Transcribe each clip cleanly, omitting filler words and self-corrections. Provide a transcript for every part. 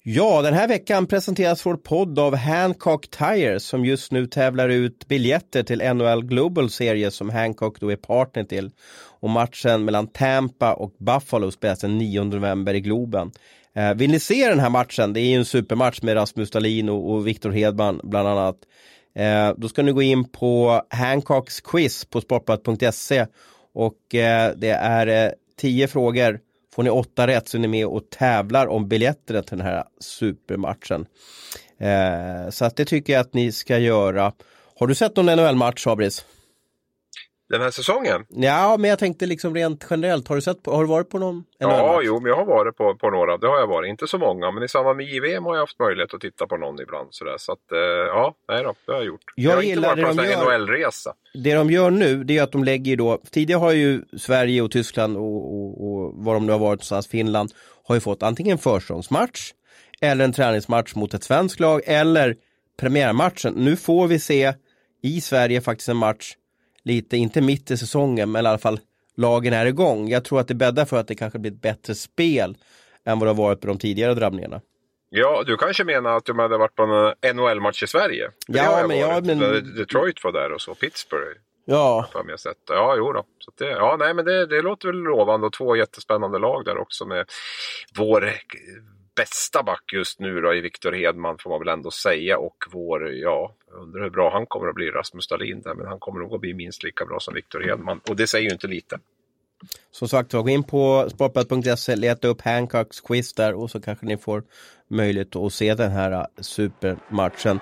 Ja, den här veckan presenteras vår podd av Hancock Tire som just nu tävlar ut biljetter till NHL Global Series som Hancock då är partner till. Och matchen mellan Tampa och Buffalo spelas den 9 november i Globen. Vill ni se den här matchen? Det är ju en supermatch med Rasmus Dahlin och Victor Hedman bland annat. Då ska ni gå in på Hancocks quiz på sportbladet.se och det är 10 frågor. Får ni 8 rätt så är ni med och tävlar om biljetterna till den här supermatchen. Så att det tycker jag att ni ska göra. Har du sett någon NHL-match, Sabris? Den här säsongen? Ja, men jag tänkte liksom rent generellt. Har du varit på någon NHL-match? Ja, jo, men jag har varit på några. Det har jag varit. Inte så många, men i samband med JVM har jag haft möjlighet att titta på någon ibland. Sådär. Så att, ja, nej då, det har jag gjort. Jag har inte varit på en NHL-resa. Det de gör nu, det är att de lägger då... Tidigare har ju Sverige och Tyskland och vad de nu har varit någonstans, Finland, har ju fått antingen försäsongsmatch eller en träningsmatch mot ett svenskt lag eller premiärmatchen. Nu får vi se i Sverige faktiskt en match lite, inte mitt i säsongen, men i alla fall lagen är igång. Jag tror att det bäddar för att det kanske blir ett bättre spel än vad det har varit på de tidigare drabbningarna. Ja, du kanske menar att de hade varit på en NHL-match i Sverige? Ja, men Detroit var där och så, Pittsburgh. Ja. För mig att sätta. Ja, jo då. Så det, ja, nej, men det låter väl lovande och 2 jättespännande lag där också med vår bästa back just nu då i Victor Hedman får man väl ändå säga och vår, ja, undrar hur bra han kommer att bli, Rasmus Dahlin där, men han kommer nog att bli minst lika bra som Victor Hedman och det säger ju inte lite. Som sagt, gå in på sportbladet.se, leta upp Hancocks quiz där och så kanske ni får möjlighet att se den här supermatchen.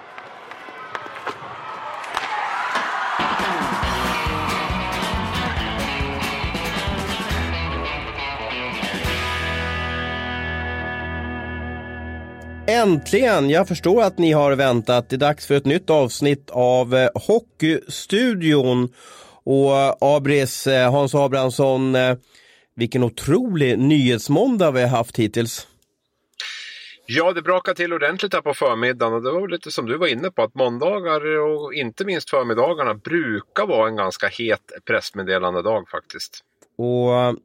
Äntligen! Jag förstår att ni har väntat. Det är dags för ett nytt avsnitt av Hockeystudion. Och Abris, Hans Abrahamsson, vilken otrolig nyhetsmåndag vi har haft hittills. Ja, det brakar till ordentligt här på förmiddagen och det var lite som du var inne på att måndagar och inte minst förmiddagarna brukar vara en ganska het pressmeddelande dag faktiskt. Och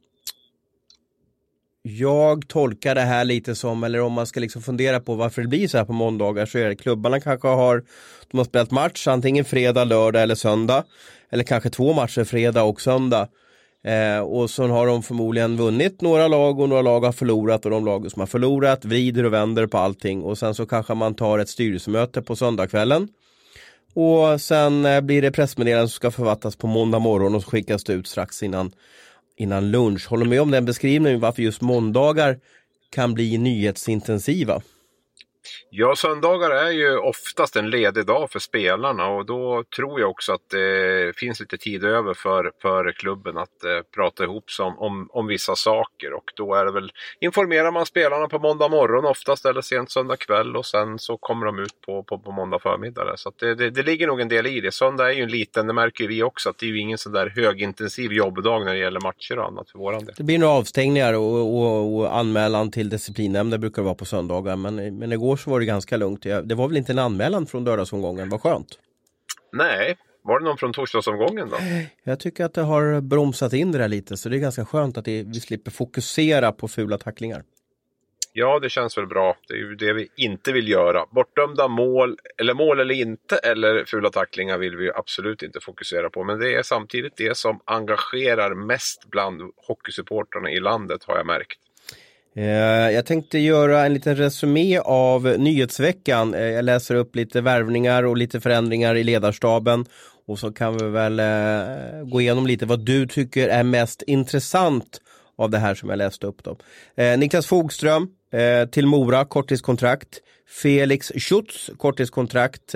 jag tolkar det här lite som, eller om man ska liksom fundera på varför det blir så här på måndagar, så är det klubbarna kanske de har spelat match antingen fredag, lördag eller söndag. Eller kanske 2 matcher fredag och söndag. Och så har de förmodligen vunnit några lag och några lag har förlorat. Och de lag som har förlorat vrider och vänder på allting. Och sen så kanske man tar ett styrelsemöte på söndagskvällen. Och sen blir det pressmeddelanden som ska författas på måndag morgon och skickas det ut strax innan lunch. Håller med om den beskrivningen varför just måndagar kan bli nyhetsintensiva? Ja, söndagar är ju oftast en ledig dag för spelarna och då tror jag också att det finns lite tid över för klubben att prata ihop sig om vissa saker och då är det väl, informerar man spelarna på måndag morgon oftast eller sent söndag kväll och sen så kommer de ut på måndag förmiddag där. Så att det ligger nog en del i det. Söndag är ju en liten, det märker vi också, att det är ju ingen sån där högintensiv jobbdag när det gäller matcher och annat för våran del. Det blir några avstängningar och anmälan till disciplinnämnden brukar vara på söndagar, men igår så var det ganska lugnt. Det var väl inte en anmälan från lördagsomgången, vad skönt. Nej, var det någon från torsdagsomgången då? Jag tycker att det har bromsat in det där lite, så det är ganska skönt att vi slipper fokusera på fula tacklingar. Ja, det känns väl bra. Det är ju det vi inte vill göra. Bortdömda mål eller inte, eller fula tacklingar vill vi ju absolut inte fokusera på. Men det är samtidigt det som engagerar mest bland hockeysupportrarna i landet, har jag märkt. Jag tänkte göra en liten resumé av nyhetsveckan. Jag läser upp lite värvningar och lite förändringar i ledarstaben. Och så kan vi väl gå igenom lite vad du tycker är mest intressant av det här som jag läste upp då. Niklas Fogström till Mora, korttidskontrakt. Felix Schutz, korttidskontrakt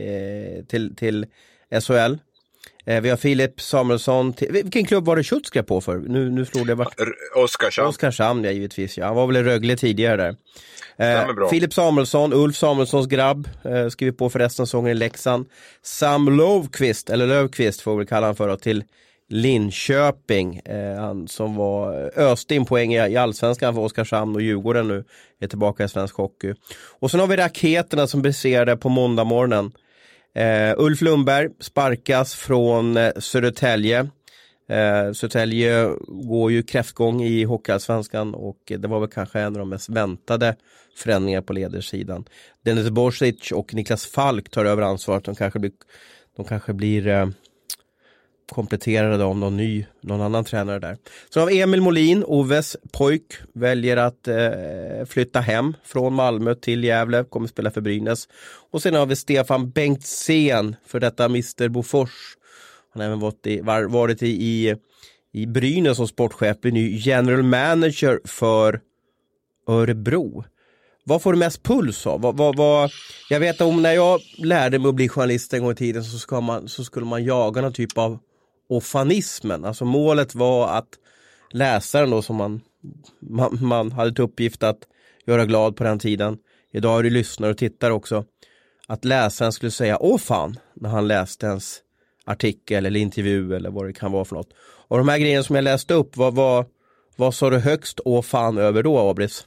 till SHL. Vi har Filip Samuelsson. Vilken klubb var det Schutz skrev på för? Nu slår det Oskarshamn, ja, givetvis. Ja. Han var väl i Rögle tidigare där. Filip Samuelsson, Ulf Samuelssons grabb, skriver på för resten av säsongen i Leksand. Sam Löfqvist får vi kalla han för då, till Linköping. Han som var öste in poäng i Allsvenskan för Oskarshamn och Djurgården nu är tillbaka i svensk hockey. Och sen har vi raketerna som briserade på måndag morgonen. Ulf Lundberg sparkas från Södertälje. Södertälje går ju kräftgång i Hockeyallsvenskan och det var väl kanske en av de mest väntade förändringar på ledarsidan. Dennis Borsic och Niklas Falk tar över ansvaret. De kanske blir kompletterade av någon annan tränare där. Så har Emil Molin, Oves pojk, väljer att flytta hem från Malmö till Gävle, kommer spela för Brynäs. Och sen har vi Stefan Bengtzén, för detta Mr. Bofors. Han har även varit i Brynäs som sportchef, blir ny general manager för Örebro. Vad får du mest puls av? Jag vet om när jag lärde mig att bli journalist en gång i tiden så skulle man jaga någon typ av ofanismen. Alltså målet var att läsaren då, som man hade till uppgift att göra glad på den tiden. Idag är det lyssnare och tittar också. Att läsaren skulle säga åh fan när han läste ens artikel eller intervju eller vad det kan vara för något. Och de här grejerna som jag läste upp, vad sa du högst åh fan över då, Abris?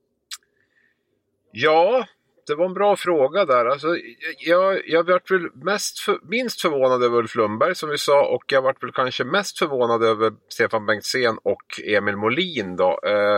Ja, det var en bra fråga där. Alltså, jag varit väl minst förvånad över Ulf Lundberg som vi sa, och jag varit väl kanske mest förvånad över Stefan Bengtzén och Emil Molin då.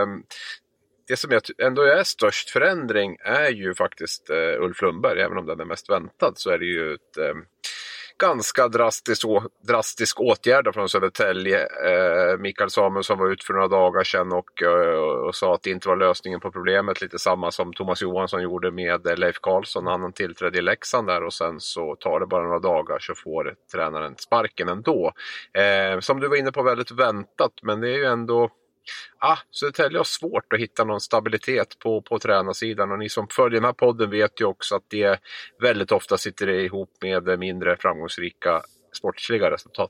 Det som ändå är störst förändring är ju faktiskt Ulf Lundberg, även om den är mest väntad så är det ju ett ganska drastisk åtgärd från Södertälje. Mikael Samuelsson var ut för några dagar sedan och sa att det inte var lösningen på problemet. Lite samma som Thomas Johansson gjorde med Leif Karlsson när han tillträdde i Leksand där, och sen så tar det bara några dagar så får tränaren sparken ändå. Som du var inne på, väldigt väntat, men det är ju ändå Södertälje har svårt att hitta någon stabilitet på tränarsidan, och ni som följer den här podden vet ju också att det väldigt ofta sitter ihop med mindre framgångsrika sportsliga resultat.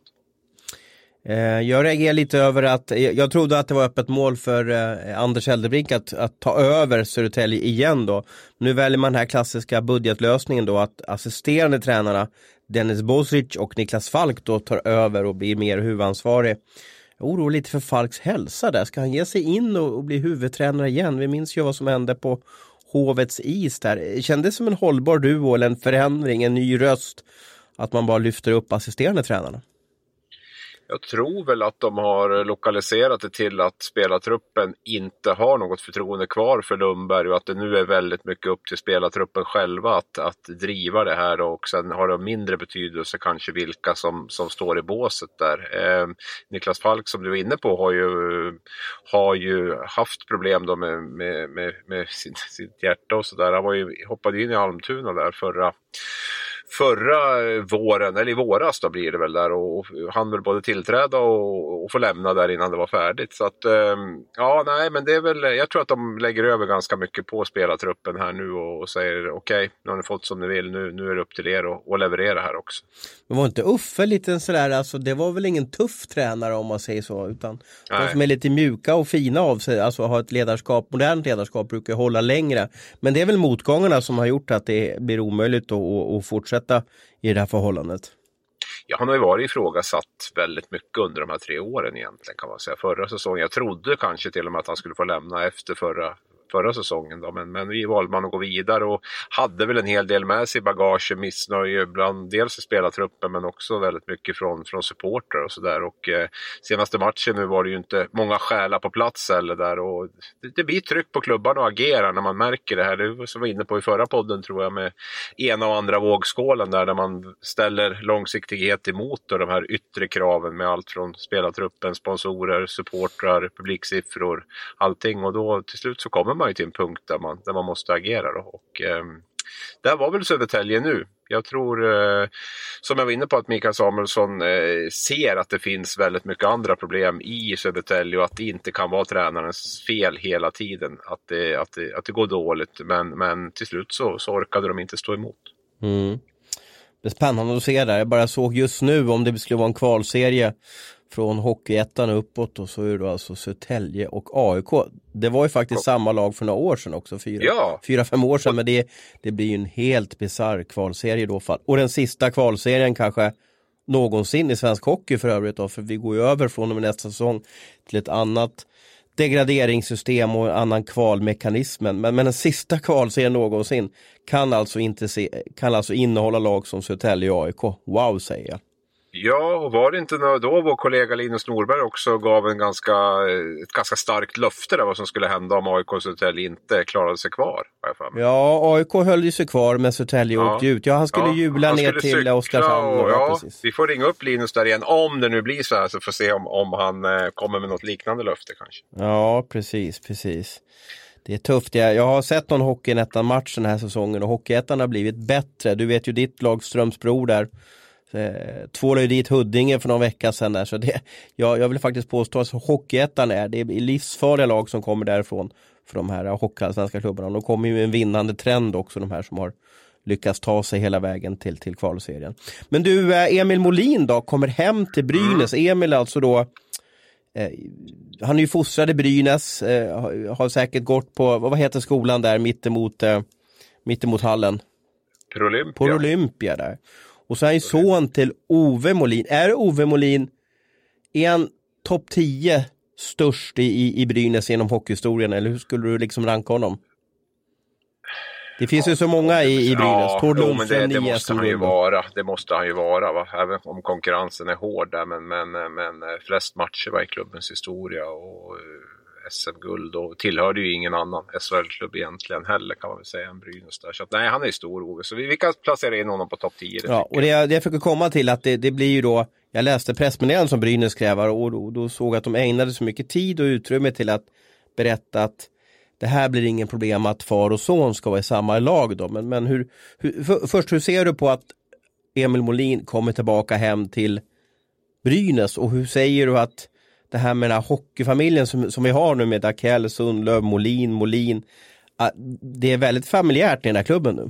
Jag reagerar lite över att jag trodde att det var öppet mål för Anders Eldebrink att ta över Södertälje igen då. Nu väljer man den här klassiska budgetlösningen då, att assisterande tränarna Dennis Borsic och Niklas Falk då tar över och blir mer huvudansvarig. Jag oroar lite för Falks hälsa där. Ska han ge sig in och bli huvudtränare igen? Vi minns ju vad som hände på Hovets is där. Kändes som en hållbar duo eller en förändring, en ny röst, att man bara lyfter upp assisterande tränarna? Jag tror väl att de har lokaliserat det till att spelartruppen inte har något förtroende kvar för Lundberg, och att det nu är väldigt mycket upp till spelartruppen själva att driva det här, och sen har det mindre betydelse kanske vilka som står i båset där. Niklas Falk som du var inne på har ju haft problem då med sitt hjärta och sådär. Han hoppade in i Almtuna där förra våren, eller i våras då blir det väl där, och han vill både tillträda och få lämna där innan det var färdigt. Så att men det är väl, jag tror att de lägger över ganska mycket på spelartruppen här nu och säger okej, nu har ni fått som ni vill, nu är det upp till er att leverera här också. Men var inte Uffe lite sådär, alltså det var väl ingen tuff tränare om man säger så, utan de som är lite mjuka och fina av sig, alltså har ett ledarskap, modernt ledarskap brukar hålla längre. Men det är väl motgångarna som har gjort att det blir omöjligt att fortsätta i det här förhållandet. Ja, han har ju varit ifrågasatt väldigt mycket under de här 3 åren egentligen, kan man säga. Förra säsongen, jag trodde kanske till och med att han skulle få lämna efter förra säsongen då, men vi valde man att gå vidare och hade väl en hel del med sig i bagage, missnöje bland dels i spelartruppen men också väldigt mycket från supportrar och sådär, och senaste matchen nu var det ju inte många själar på plats eller där, och det blir tryck på klubbarna att agera när man märker det här. Det som var inne på i förra podden tror jag, med ena och andra vågskålen där man ställer långsiktighet emot och de här yttre kraven med allt från spelartruppen, sponsorer, supportrar, publiksiffror, allting, och då till slut så kommer man ju till en punkt där man måste agera då. Och där var väl Södertälje nu. Jag tror, som jag var inne på, att Mikael Samuelsson ser att det finns väldigt mycket andra problem i Södertälje och att det inte kan vara tränarens fel hela tiden att det går dåligt, men till slut så orkade de inte stå emot. Det är spännande att se där. Jag bara såg just nu om det skulle vara en kvalserie från Hockeyettan uppåt, och så är det alltså Södertälje och AIK. Det var ju faktiskt samma lag för några år sedan också, 4-5 år sedan, men det blir ju en helt bizarr kvalserie i då fall. Och den sista kvalserien kanske någonsin i svensk hockey för övrigt då, för vi går ju över från och med nästa säsong till ett annat degraderingssystem och en annan kvalmekanism, men den sista kvalserien någonsin kan alltså innehålla lag som Södertälje och AIK. Wow, säger jag. Ja, och var det inte då vår kollega Linus Norberg också gav ett ganska starkt löfte där vad som skulle hända om AIK och Södertälje inte klarade sig kvar? Ja, AIK höll ju sig kvar med Södertälje och åkte ut. Ja, han skulle jubla ner till Oskarshamn. Precis. Vi får ringa upp Linus där igen om det nu blir så här, så får se om han kommer med något liknande löfte kanske. Ja, precis. Det är tufft. Jag har sett någon Hockeyettan-match den här säsongen och Hockeyettan har blivit bättre. Du vet ju ditt lag Strömsbro där. Tvålade ju dit Huddinge för någon vecka sedan där. Så jag vill faktiskt påstå att Hockeyettan det är livsfarliga lag som kommer därifrån för de här hockeyallsvenska klubbarna. De kommer ju med en vinnande trend också, de här som har lyckats ta sig hela vägen till kvalserien. Men du, Emil Molin då kommer hem till Brynäs. Emil alltså då, han är ju fostrad i Brynäs, har säkert gått på, vad heter skolan där mittemot hallen? På Olympia där. Och så är han son till Ove Molin. Är Ove Molin en topp 10 störst i Brynäs genom hockeyhistorien? Eller hur skulle du liksom ranka honom? Det finns ju så många i Brynäs. Men det måste han ju vara. Det måste han ju vara, va? Även om konkurrensen är hård där. Men flest matcher var i klubbens historia och SM-guld, och tillhörde ju ingen annan SHL-klubb egentligen heller, kan man väl säga, än Brynäs där. Så att, nej, han är stor, Ove. Så vi kan placera in honom på topp 10. Ja, och det jag försöker komma till att det blir ju då, jag läste pressmeddelandet som Brynäs kräver och då såg att de ägnade så mycket tid och utrymme till att berätta att det här blir ingen problem att far och son ska vara i samma lag då. Men först, hur ser du på att Emil Molin kommer tillbaka hem till Brynäs, och hur säger du att det här med den här hockeyfamiljen som vi har nu med Dakell, Sundlöv, Molin, det är väldigt familjärt i den här klubben nu?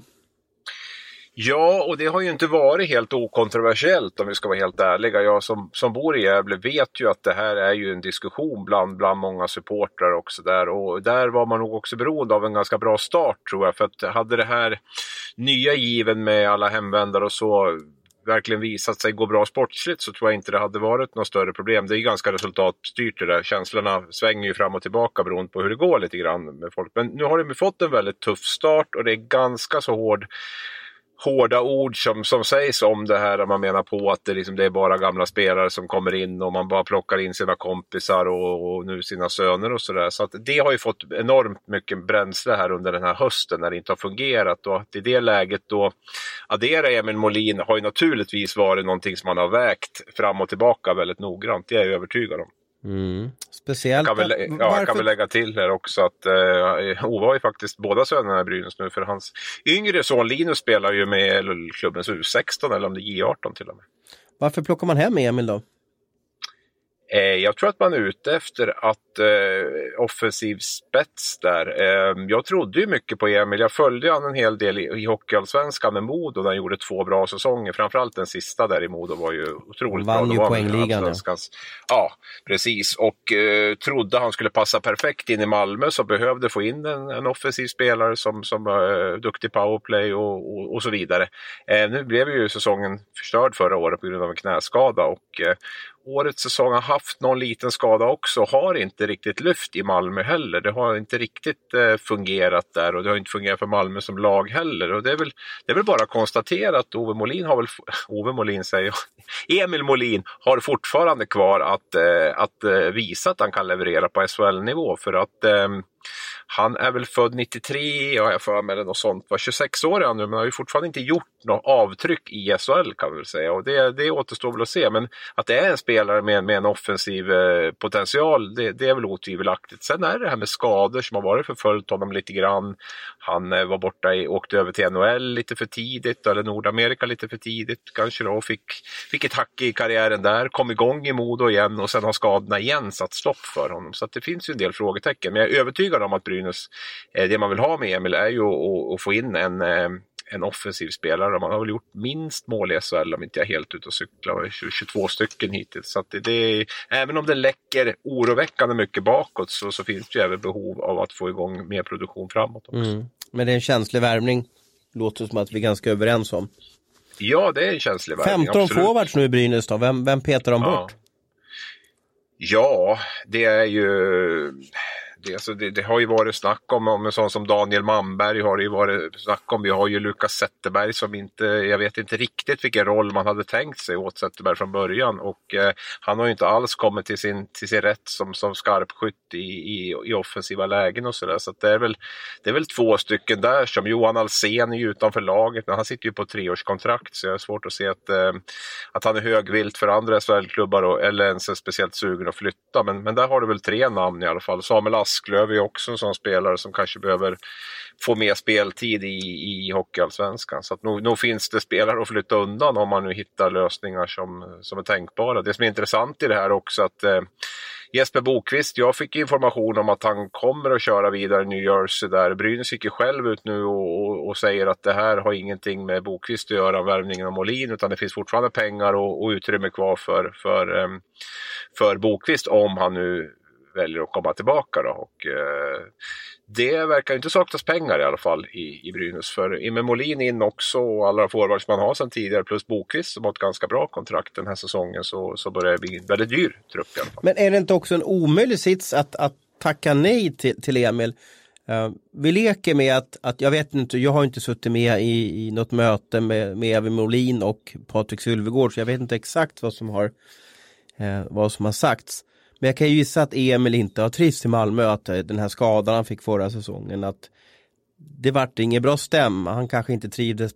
Ja, och det har ju inte varit helt okontroversiellt om vi ska vara helt ärliga. Jag som bor i Gävle vet ju att det här är ju en diskussion bland många supportrar också där. Och där var man nog också beroende av en ganska bra start, tror jag. För att hade det här nya given med alla hemvändare och så verkligen visat sig gå bra sportsligt, så tror jag inte det hade varit något större problem. Det är ganska resultatstyrt det där. Känslorna svänger ju fram och tillbaka beroende på hur det går lite grann med folk. Men nu har de fått en väldigt tuff start och det är ganska så hårda ord som sägs om det här, där man menar på att det är bara gamla spelare som kommer in och man bara plockar in sina kompisar och nu sina söner och sådär. Så att det har ju fått enormt mycket bränsle här under den här hösten när det inte har fungerat, och att i det läget då addera Emil Molin har ju naturligtvis varit någonting som man har vägt fram och tillbaka väldigt noggrant, det är jag övertygad om. Speciellt. Jag kan väl lägga till här också att Ove har ju faktiskt båda sönerna i Brynäs nu, för hans yngre son Linus spelar ju med klubbens U16 eller om det är J18 till och med. Varför plockar man hem Emil då? Jag tror att man är ute efter att offensiv spets där. Jag trodde ju mycket på Emil. Jag följde han en hel del i hockeyallsvenskan med Modo där han gjorde 2 bra säsonger. Framförallt den sista där i Modo var ju otroligt bra. Vann ju poängligan. Ja, precis. Och trodde han skulle passa perfekt in i Malmö, så behövde få in en offensiv spelare som duktig powerplay och så vidare. Nu blev ju säsongen förstörd förra året på grund av en knäskada, och årets säsong har haft någon liten skada också. Har inte riktigt lyft i Malmö heller. Det har inte riktigt fungerat där, och det har inte fungerat för Malmö som lag heller. Och det är väl bara att konstatera att Emil Molin har fortfarande kvar att visa att han kan leverera på SHL-nivå, för att han är väl född 93, jag har för mig, eller något sånt. Var 26 år är han nu, men har ju fortfarande inte gjort något avtryck i SHL, kan vi väl säga. Och det återstår väl att se. Men att det är en spelare med en offensiv potential, det är väl otvivelaktigt. Sen är det här med skador som har varit förföljt honom lite grann. Han var borta åkte över till NHL lite för tidigt, eller Nordamerika lite för tidigt kanske då. Fick ett hack i karriären där, kom igång i Modo igen, och sen har skadorna igen satt stopp för honom. Så att det finns ju en del frågetecken. Men jag är övertygad om att Brynäs, det man vill ha med Emil är ju att få in en offensiv spelare. Man har väl gjort minst mål i SHL om inte jag är helt ute och cyklar. 22 stycken hittills. Så att även om det läcker oroväckande mycket bakåt, så finns det ju även behov av att få igång mer produktion framåt också. Men det är en känslig värvning. Låter som att vi är ganska överens om. Ja, det är en känslig värvning. 15 forwards nu i Brynäs då. Vem petar de bort? Ja, det är ju... Det har ju varit snack om en sån som Daniel Manberg har det ju varit snack om. Vi har ju Lukas Zetterberg som inte, jag vet inte riktigt vilken roll man hade tänkt sig åt Zetterberg från början, och han har ju inte alls kommit till sin rätt som skarpskytt i offensiva lägen och sådär. Så att det är väl 2 stycken där, som Johan Alsen är ju utanför laget, men han sitter ju på 3-årskontrakt, så jag har svårt att se att han är högvilt för andra SHL-klubbar eller ens är speciellt sugen att flytta. Men där har du väl 3 namn i alla fall. Samuel Asklöv är också en sån spelare som kanske behöver få mer speltid i Hockeyallsvenskan. Så att nog finns det spelare att flytta undan om man nu hittar lösningar som är tänkbara. Det som är intressant i det här också att Jesper Bokvist, jag fick information om att han kommer att köra vidare i New Jersey där. Brynäs gick ju själv ut nu och säger att det här har ingenting med Bokvist att göra, värvningen av Molin, utan det finns fortfarande pengar och utrymme kvar för Bokvist om han nu väljer att komma tillbaka då. Och det verkar inte saknas pengar i alla fall i Brynäs, för med Molin in också och alla forwards man har sedan tidigare plus Bokvist som har ett ganska bra kontrakt den här säsongen, så börjar det bli en väldigt dyr trupp i alla fall. Men är det inte också en omöjlig sits att tacka nej till Emil? Vi leker med att jag vet inte, jag har inte suttit med i något möte med Evin Molin och Patrik Sylvegård, så jag vet inte exakt vad som har sagts. Men jag kan ju gissa att Emil inte har trivts i Malmö, att den här skadan han fick förra säsongen, att det vart ingen bra stäm. Han kanske inte trivdes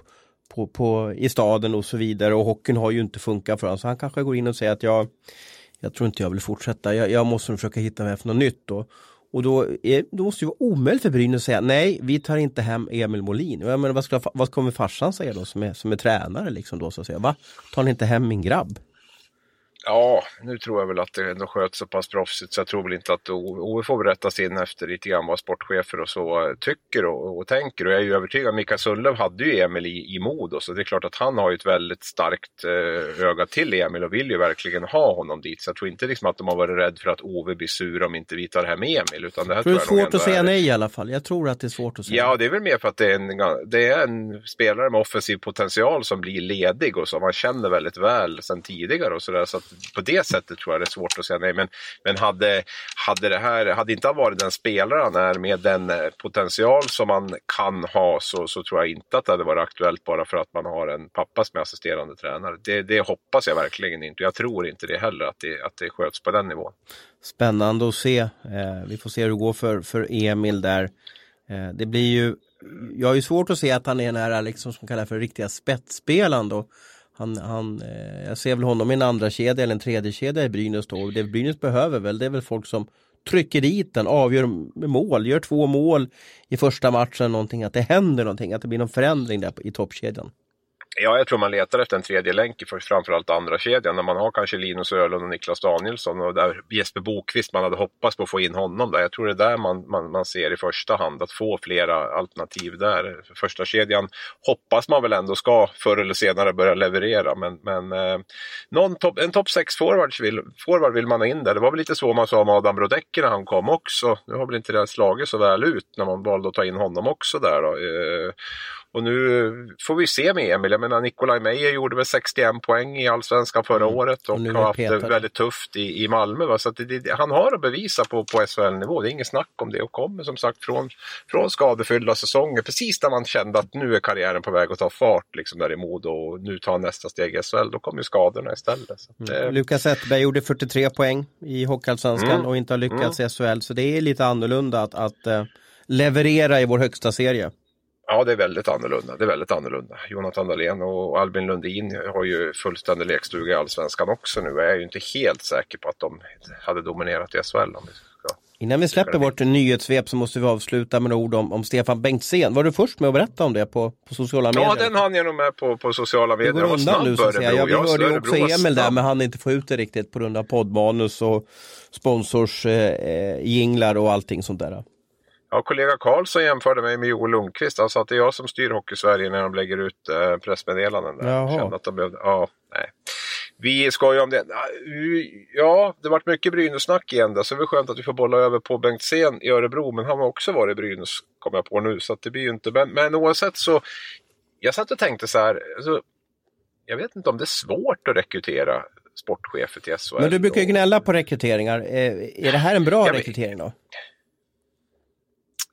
i staden och så vidare, och hockeyn har ju inte funkat för honom. Så han kanske går in och säger att jag tror inte jag vill fortsätta. Jag måste försöka hitta mig för något nytt då. Och då måste det vara omöjligt för Brynäs att säga nej, vi tar inte hem Emil Molin. Jag menar, vad kommer farsan säga då som är tränare liksom då, så att säga? Va? Tar ni inte hem min grabb? Ja, nu tror jag väl att det ändå sköts så pass proffsigt, så jag tror väl inte att Ove får berättas in efter lite grann vad sportchefer och så tycker och tänker. Och jag är ju övertygad att Mikael Sundlöv hade ju Emil i Modo, så det är klart att han har ju ett väldigt starkt öga till Emil och vill ju verkligen ha honom dit. Så jag tror inte liksom att de har varit rädd för att Ove blir sur om inte vi tar hem Emil. Utan det här tror jag är svårt att säga nej i alla fall. Jag tror att det är svårt att säga. Ja, det är väl mer för att det är en spelare med offensiv potential som blir ledig och som man känner väldigt väl sedan tidigare och sådär. Så att på det sättet tror jag det är svårt att säga nej. Men hade inte varit den spelare han är med den potential som man kan ha, så tror jag inte att det hade varit aktuellt bara för att man har en pappa som är assisterande tränare. Det hoppas jag verkligen inte. Jag tror inte det heller att det sköts på den nivån. Spännande att se. Vi får se hur det går för Emil där. Det blir ju, jag har ju svårt att se att han är den här liksom, som kallar för riktiga spetsspelaren då. Jag ser väl honom i en andra kedja eller en tredje kedja i Brynäs då. Det Brynäs behöver väl, det är väl folk som trycker dit den, avgör med mål, gör 2 mål i första matchen, någonting, att det händer någonting, att det blir någon förändring där i toppkedjan. Ja, jag tror man letar efter en tredje länk i framförallt andra kedjan, när man har kanske Linus Öhlund och Niklas Danielsson och där Jesper Bokvist, man hade hoppats på att få in honom där. Jag tror det är där man ser i första hand, att få flera alternativ där. Första kedjan hoppas man väl ändå ska förr eller senare börja leverera, men en topp 6 forward vill man ha in där. Det var väl lite så man sa om Adam Brodecki när han kom också. Nu har väl inte det slagit så väl ut när man valde att ta in honom också där då. Och nu får vi se med Emil. Jag menar, Nikolaj Meijer gjorde väl 61 poäng i Allsvenskan förra året och har haft det väldigt tufft i Malmö. Va? Så att han har att bevisa på SHL-nivå. Det är ingen snack om det, och kommer som sagt från skadefyllda säsonger. Precis när man kände att nu är karriären på väg att ta fart liksom där i Modo och nu tar nästa steg i SHL. Då kommer ju skadorna istället. Så Lukas Zetterberg gjorde 43 poäng i Hockeyallsvenskan och inte har lyckats i SHL. Så det är lite annorlunda att leverera i vår högsta serie. Ja, det är väldigt annorlunda. Jonathan Dahlén och Albin Lundin har ju fullständig lekstuga i Allsvenskan också nu. Jag är ju inte helt säker på att de hade dominerat i SHL. Innan vi släpper bort en nyhetssvep så måste vi avsluta med ord om Stefan Bengtzén. Var du först med att berätta om det på sociala medier? Ja, den hann jag nog med på sociala medier. Det går undan nu så att säga. Jag hörde ju också Emil där, men han inte få ut det riktigt på grund av poddmanus och sponsors jinglar och allting sånt där. Ja, kollega Karlsson jämförde mig med Joel Lundqvist. Han sa att det är jag som styr Hockey-Sverige när de lägger ut pressmeddelanden där. Jag kände att de behövde... Ja, nej. Vi ska ju om det. Ja, det varit mycket Brynäs-snack igen där, så det är skönt att vi får bolla över på Bengtzén i Örebro, men han har också varit i Brynäs, kommer jag på nu, så att det blir ju inte... Men oavsett så... Jag satt och tänkte så här... Alltså, jag vet inte om det är svårt att rekrytera sportchefer till SHL. Men du brukar ju gnälla på rekryteringar. Är det här en bra rekrytering då?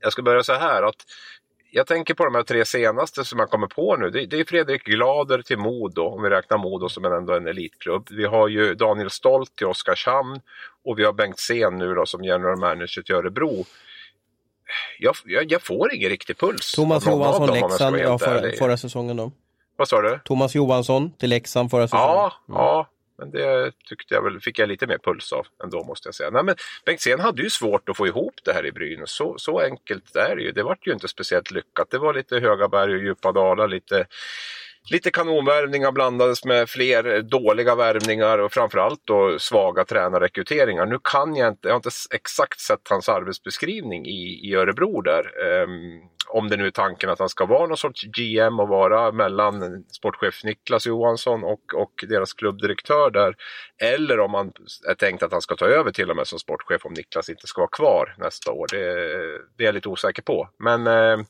Jag ska börja så här att jag tänker på de här 3 senaste som jag kommer på nu. Det är Fredrik Glader till Modo, om vi räknar Modo som ändå en elitklubb. Vi har ju Daniel Stolt till Oskarshamn och vi har Bengt Sen nu då som general manager till Örebro. Jag får ingen riktig puls. Thomas Johansson, Leksand, förra säsongen då. Vad sa du? Thomas Johansson till Leksand förra säsongen. Ja, men det tyckte jag väl, fick jag lite mer puls av ändå, måste jag säga. Nej, men Bengtzén hade ju svårt att få ihop det här i Brynäs. Så enkelt är det ju. Det var ju inte speciellt lyckat. Det var lite höga berg och djupa dalar, lite kanonvärvningar blandades med fler dåliga värvningar och framförallt då svaga tränarrekryteringar. Nu kan jag har inte exakt sett hans arbetsbeskrivning i Örebro där. Om det nu är tanken att han ska vara någon sorts GM och vara mellan sportchef Niklas Johansson och deras klubbdirektör där. Eller om man är tänkt att han ska ta över till och med som sportchef om Niklas inte ska vara kvar nästa år. Det är jag lite osäker på. Men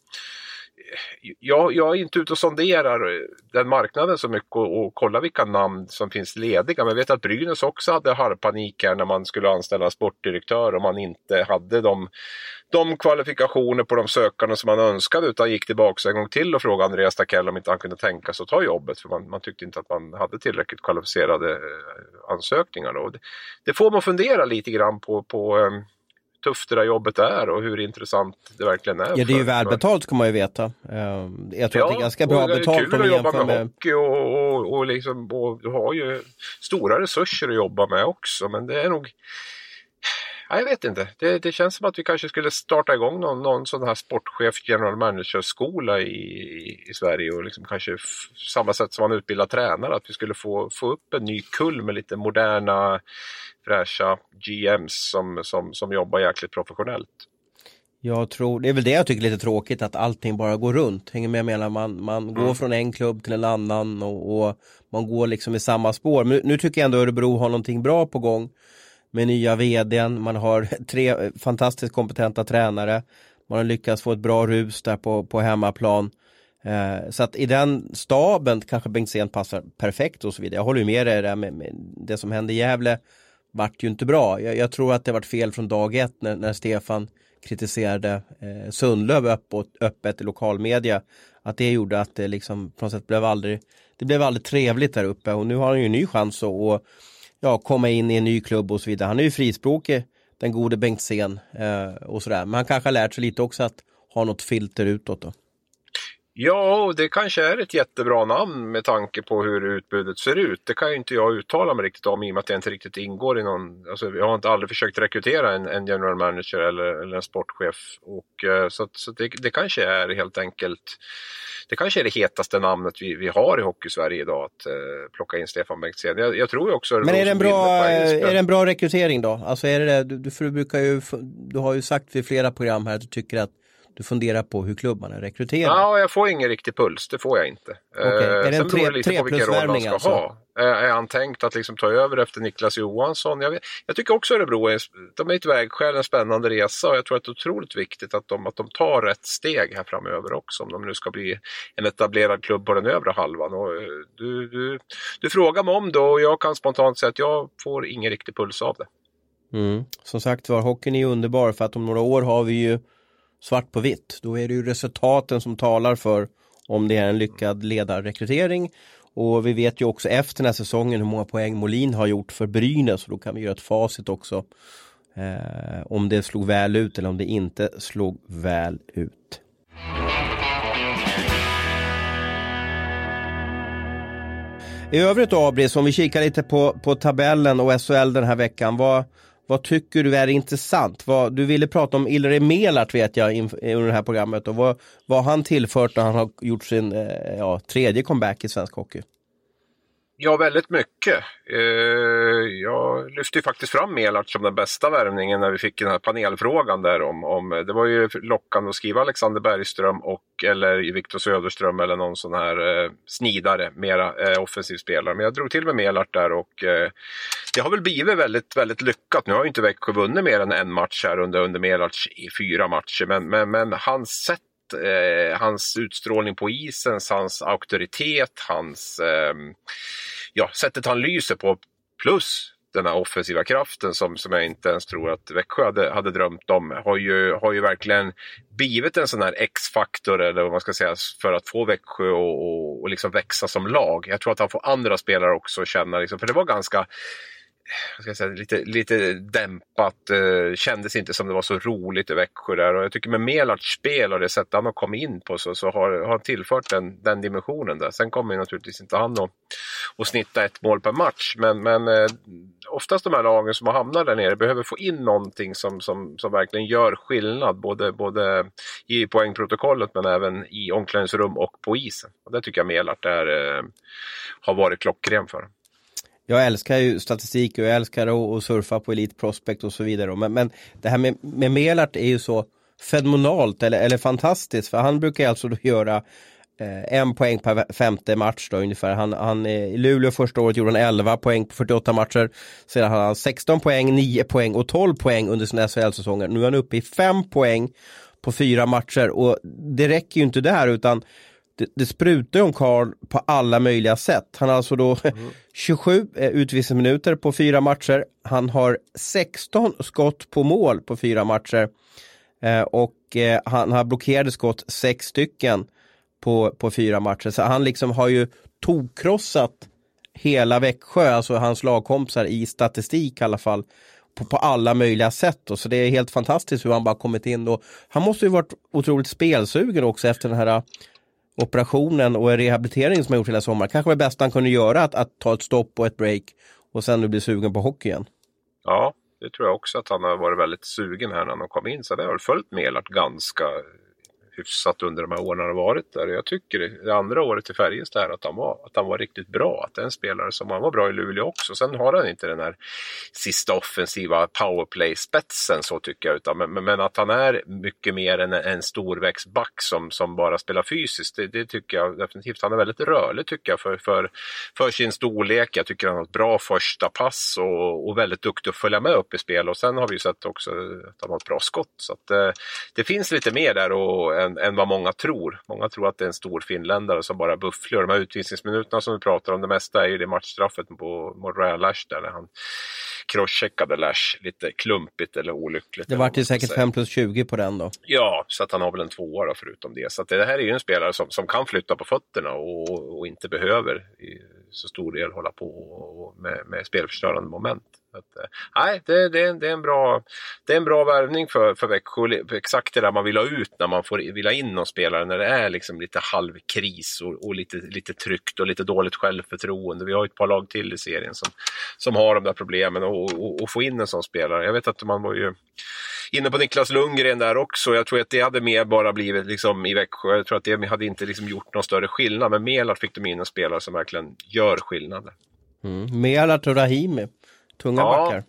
jag är inte ute och sonderar den marknaden så mycket och kollar vilka namn som finns lediga. Men jag vet att Brynäs också hade harpanik här när man skulle anställa en sportdirektör och man inte hade de kvalifikationer på de sökande som man önskade, utan gick tillbaka en gång till och frågade Andreas Takell om inte han kunde tänka sig att ta jobbet, för man tyckte inte att man hade tillräckligt kvalificerade ansökningar då. Det får man fundera lite grann på tufft det där jobbet är och hur intressant det verkligen är. Ja, det är ju välbetalt, ska man ju veta. Jag tror att det är ganska bra betalt om vi jämför med hockey och du har ju stora resurser att jobba med också, men det är nog... Ja, jag vet inte. Det känns som att vi kanske skulle starta igång någon sån här sportchef general manager-skola i Sverige och liksom kanske samma sätt som man utbildar tränare, att vi skulle få upp en ny kull med lite moderna, fräscha GMs som jobbar jäkligt professionellt. Jag tror, det är väl det jag tycker är lite tråkigt, att allting bara går runt. Hänger med, menar man går från en klubb till en annan och man går liksom i samma spår. Men nu tycker jag ändå Örebro har någonting bra på gång. Med nya vdn, man har 3 fantastiskt kompetenta tränare. Man har lyckats få ett bra rus där på hemmaplan. Så att i den staben kanske Bengtzén passar perfekt och så vidare. Jag håller ju med dig där med det som hände i Gävle vart ju inte bra. Jag tror att det varit fel från dag 1 när Stefan kritiserade Sundlöv öppet i lokalmedia. Att det gjorde att det liksom på något sätt blev aldrig trevligt där uppe. Och nu har han ju en ny chans att komma in i en ny klubb och så vidare. Han är ju frispråkig, den gode Bengtzén och sådär. Men han kanske har lärt sig lite också att ha något filter utåt då. Ja, det kanske är ett jättebra namn med tanke på hur utbudet ser ut. Det kan ju inte jag uttala mig riktigt om i och med att det inte riktigt ingår i någon... Alltså, jag har aldrig försökt rekrytera en general manager eller en sportchef. Så det kanske är helt enkelt... Det kanske är det hetaste namnet vi har i Hockey-Sverige idag, att plocka in Stefan Bengtzén. Jag tror ju också... Men är det en bra rekrytering då? Alltså är det du har ju sagt vid flera program här att du tycker att du funderar på hur klubbarna rekryterar. Ja, jag får ingen riktig puls, det får jag inte. Okay. Är det en 3+-värvning alltså? Ha. Är han tänkt att liksom ta över efter Niklas Johansson? Jag tycker också Örebro de är ett vägskäl, en spännande resa, och jag tror att det är otroligt viktigt att de tar rätt steg här framöver också, om de nu ska bli en etablerad klubb på den övre halvan. Och du frågar mig om det och jag kan spontant säga att jag får ingen riktig puls av det. Som sagt var, hockeyn är ju underbar, för att om några år har vi ju svart på vitt. Då är det ju resultaten som talar för om det är en lyckad ledarrekrytering. Och vi vet ju också efter den här säsongen hur många poäng Molin har gjort för Brynäs. Och då kan vi göra ett facit också. Om det slog väl ut eller om det inte slog väl ut. I övrigt då, Abris, om vi kikar lite på tabellen och SHL den här veckan. Vad tycker du är intressant? Du ville prata om Ilre Melart, vet jag, under det här programmet. Och vad han tillfört när han har gjort sin 3:e comeback i svensk hockey? Ja, väldigt mycket. Jag lyfte ju faktiskt fram Melart som den bästa värvningen när vi fick den här panelfrågan där om det var ju lockande att skriva Alexander Bergström eller Viktor Söderström eller någon sån här snidare, mera offensiv spelare. Men jag drog till med Melart där och det har väl blivit väldigt, väldigt lyckat. Nu har ju inte Växjö vunnit mer än en match här under Melarts 4 matcher, men hans sätt, hans utstrålning på isen, hans auktoritet, hans sättet han lyser på, plus den här offensiva kraften som jag inte ens tror att Växjö hade drömt om, har ju verkligen blivit en sån här X-faktor, eller vad man ska säga, för att få Växjö och liksom växa som lag. Jag tror att han får andra spelare också känna, liksom, för det var ganska, ska jag säga, lite dämpat, kändes inte som det var så roligt i Växjö där, och jag tycker med Melarts spel och det sätt han har kommit in på så har han tillfört den dimensionen där. Sen kommer ju naturligtvis inte han att snitta ett mål per match, men oftast de här lagen som har hamnat där nere behöver få in någonting som verkligen gör skillnad, både i poängprotokollet men även i omklädningsrum och på isen, och det tycker jag Melart har varit klockren för. Jag älskar ju statistik och jag älskar att surfa på Elite Prospect och så vidare. Men det här med Melart är ju så fenomenalt eller fantastiskt. För han brukar alltså då göra 1 poäng per 5:e match då ungefär. Han i Luleå första året gjorde han 11 poäng på 48 matcher. Sedan hade han 16 poäng, 9 poäng och 12 poäng under sina SHL-säsonger. Nu är han uppe i 5 poäng på 4 matcher. Och det räcker ju inte där, utan det sprutar om Karl på alla möjliga sätt. Han har alltså då 27 utvisningsminuter på 4 matcher. Han har 16 skott på mål på 4 matcher. Och han har blockerade skott 6 stycken på 4 matcher. Så han liksom har ju tokkrossat hela Växjö, alltså hans lagkompisar i statistik i alla fall, på alla möjliga sätt. Och så det är helt fantastiskt hur han bara kommit in. Och han måste ju varit otroligt spelsugen också efter den här operationen och rehabiliteringen som han gjort hela sommaren. Kanske var det bästa han kunde göra att ta ett stopp och ett break och sen nu bli sugen på hockey igen. Ja, det tror jag också, att han har varit väldigt sugen här när han kom in. Så det har följt Melart ganska hyfsat under de här åren han har varit där. Jag tycker det andra året i Färjestad att han var riktigt bra. Att det är en spelare som han var bra i Luleå också. Sen har han inte den här sista offensiva powerplay-spetsen, så tycker jag. Men att han är mycket mer än en storväxtback som bara spelar fysiskt. Det tycker jag definitivt. Han är väldigt rörlig, tycker jag, för sin storlek. Jag tycker han har ett bra första pass och väldigt duktig att följa med upp i spel. Och sen har vi ju sett också att han har ett bra skott. Så att det finns lite mer där än vad många tror. Många tror att det är en stor finländare som bara bufflar. De här utvisningsminuterna som vi pratar om, det mesta är ju det matchstraffet mot Ryan Lash där när han crosscheckade Lash lite klumpigt eller olyckligt. Det var ju säkert 5+20 på den då. Ja, så att han har väl en 2 då förutom det. Så att det här är ju en spelare som kan flytta på fötterna och inte behöver i så stor del hålla på med spelförstörande moment. Nej, det är en bra värvning för Växjö. Exakt det där man vill ha ut när man vill ha in någon spelare när det är liksom lite halvkris och lite tryckt och lite dåligt självförtroende. Vi har ett par lag till i serien som har de där problemen och få in en sån spelare. Jag vet att man var ju inne på Niklas Lundgren där också. Jag tror att det hade mer bara blivit liksom i Växjö. Jag tror att det hade inte liksom gjort någon större skillnad. Men Melart fick de in en spelare som verkligen gör skillnader. Melart och Rahimi. Tunga backar.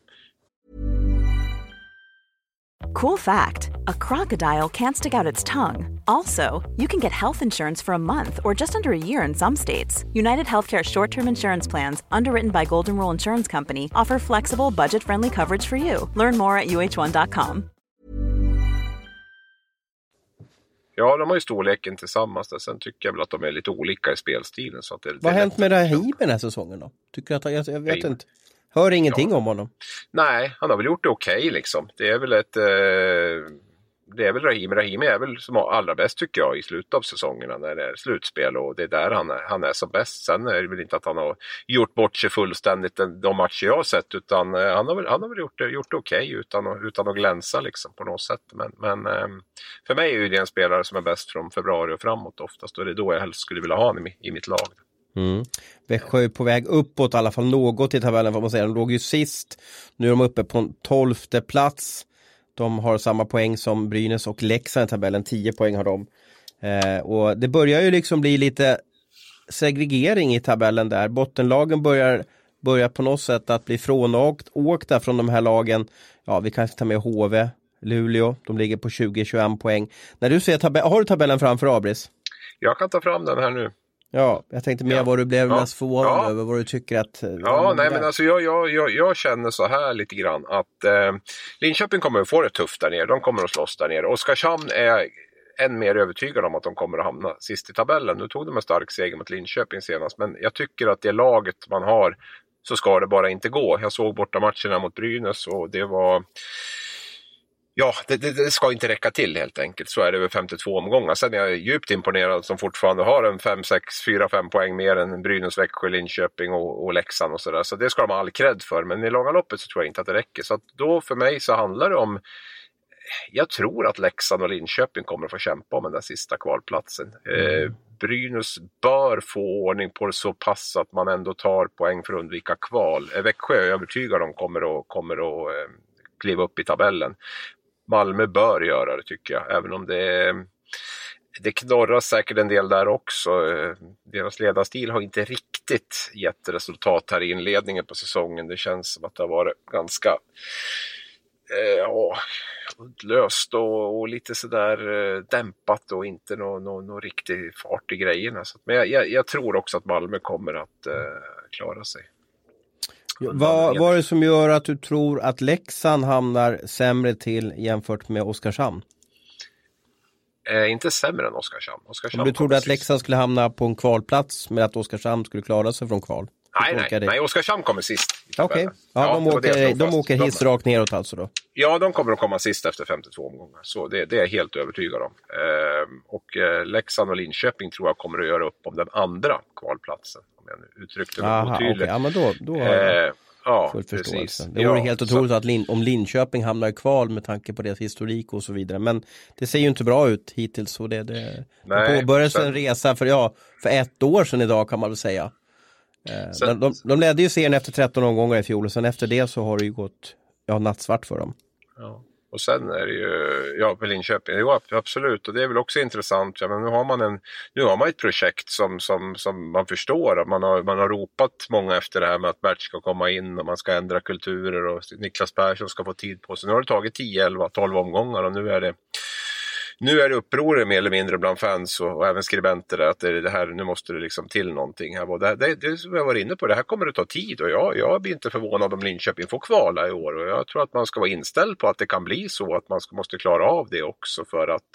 Cool fact, a crocodile can't stick out its tongue. Also, you can get health insurance for a month or just under a year in some states. United Healthcare short-term insurance plans, underwritten by Golden Rule Insurance Company, offer flexible, budget-friendly coverage for you. Learn more at uh1.com. Ja, de har ju storleken tillsammans där. Sen tycker jag väl att de är lite olika i spelstilen. Så att vad har hänt med Rahimi den här säsongen då? Tycker att jag vet inte. Hör ingenting om honom. Nej, han har väl gjort det okej liksom. Det är väl Rahimi är väl som allra bäst, tycker jag, i slutet av säsongerna när det är slutspel, och det är där han är som bäst. Sen är det väl inte att han har gjort bort sig fullständigt de matcher jag har sett, utan han har väl gjort det okej utan att glänsa liksom på något sätt. Men för mig är ju det en spelare som är bäst från februari och framåt oftast, och det är då jag helst skulle vilja ha honom i mitt lag. Växjö är på väg uppåt i alla fall något i tabellen, vad man säger. De låg ju sist, nu är de uppe på en 12:e plats. De har samma poäng som Brynäs och Leksand i tabellen, 10 poäng har de. Och det börjar ju liksom bli lite segregering i tabellen där. Bottenlagen börjar på något sätt att bli frånåkta från de här lagen. Ja, vi kanske tar med HV, Luleå, de ligger på 20-21 poäng. När du ser har du tabellen framför, Abris? Jag kan ta fram den här nu. Ja, jag tänkte mer vad du blev mest förvånad över, vad du tycker att... men alltså jag känner så här lite grann att Linköping kommer att få det tufft där nere. De kommer att slåss där nere. Oskarshamn är än mer övertygad om att de kommer att hamna sist i tabellen. Nu tog de en stark seger mot Linköping senast, men jag tycker att det laget man har så ska det bara inte gå. Jag såg borta matcherna mot Brynäs och det var... Ja, det ska inte räcka till helt enkelt. Så är det över 52 omgångar. Sen är jag djupt imponerad som fortfarande har en 4-5 poäng mer än Brynäs, Växjö, Linköping och Leksand och sådär. Så det ska de ha all cred för. Men i långa loppet så tror jag inte att det räcker. Så att då för mig så handlar det om... Jag tror att Leksand och Linköping kommer att få kämpa om den där sista kvalplatsen. Brynäs bör få ordning på det så pass att man ändå tar poäng för att undvika kval. Växjö är jag övertygad om kommer att kliva upp i tabellen. Malmö bör göra det tycker jag, även om det knorras säkert en del där också. Deras ledarstil har inte riktigt gett resultat här i inledningen på säsongen. Det känns som att det har varit ganska löst och lite sådär dämpat och inte någon riktig fart i grejerna. Men jag tror också att Malmö kommer att klara sig. Vad är det som gör att du tror att Leksand hamnar sämre till jämfört med Oskarshamn? Inte sämre än Oskarshamn. Om du trodde att Leksand skulle hamna på en kvalplats med att Oskarshamn skulle klara sig från kval? Nej, Oskarshamn kommer sist. Okej, de åker hiss rakt neråt alltså då? Ja, de kommer att komma sist efter 52 omgångar. Så det är jag helt övertygad om. Och Leksand och Linköping tror jag kommer att göra upp om den andra kvalplatsen. Om jag nu uttryckte det otydligt. Okay. Ja, men då har jag full förståelse. Det vore helt otroligt att om Linköping hamnar i kval med tanke på deras historik och så vidare. Men det ser ju inte bra ut hittills. Och det påbörjades en resa för 1 år sedan idag kan man väl säga. De ledde ju serien efter 13 omgångar i fjol och sen efter det så har det ju gått nattsvart för dem. Ja. Och sen är det ju, på Linköping, jo absolut, och det är väl också intressant, men nu har man ett projekt som man förstår, att man har ropat många efter det här med att Bert ska komma in och man ska ändra kulturer och Niklas Persson ska få tid på sig. Nu har det tagit 10, 11, 12 omgångar och nu är det uppror mer eller mindre bland fans och även skribenter att det här, nu måste det liksom till någonting här. Och det som jag var inne på, det här kommer att ta tid och jag blir inte förvånad om Linköping får kvala i år och jag tror att man ska vara inställd på att det kan bli så att man måste klara av det också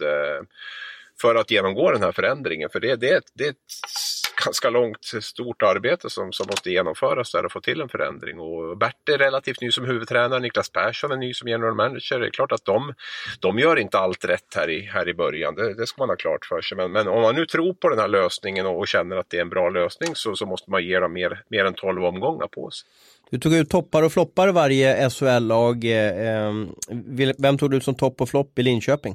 för att genomgå den här förändringen. För det är ett ganska långt, stort arbete som måste genomföras där och få till en förändring. Och Bert är relativt ny som huvudtränare, Niklas Persson är ny som general manager. Det är klart att de gör inte allt rätt här i början, det ska man ha klart för sig. Men om man nu tror på den här lösningen och känner att det är en bra lösning så måste man ge dem mer än 12 omgångar på sig. Du tog ut toppar och floppar varje SHL-lag. Vem tog du ut som topp och flopp i Linköping?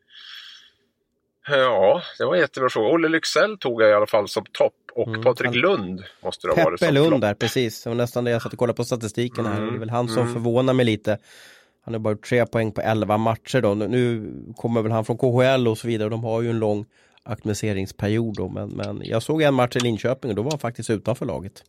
Ja, det var en jättebra fråga. Olle Lycksell tog jag i alla fall som topp och Patrik Lund måste det ha varit som Peppe Lund flopp. Där, precis. Det var nästan det jag satt och kollade på statistiken här. Det är väl han som förvånar mig lite. Han har bara 3 poäng på 11 matcher då. Nu kommer väl han från KHL och så vidare. De har ju en lång akklimatiseringsperiod då. Men jag såg en match i Linköping och då var han faktiskt utanför laget.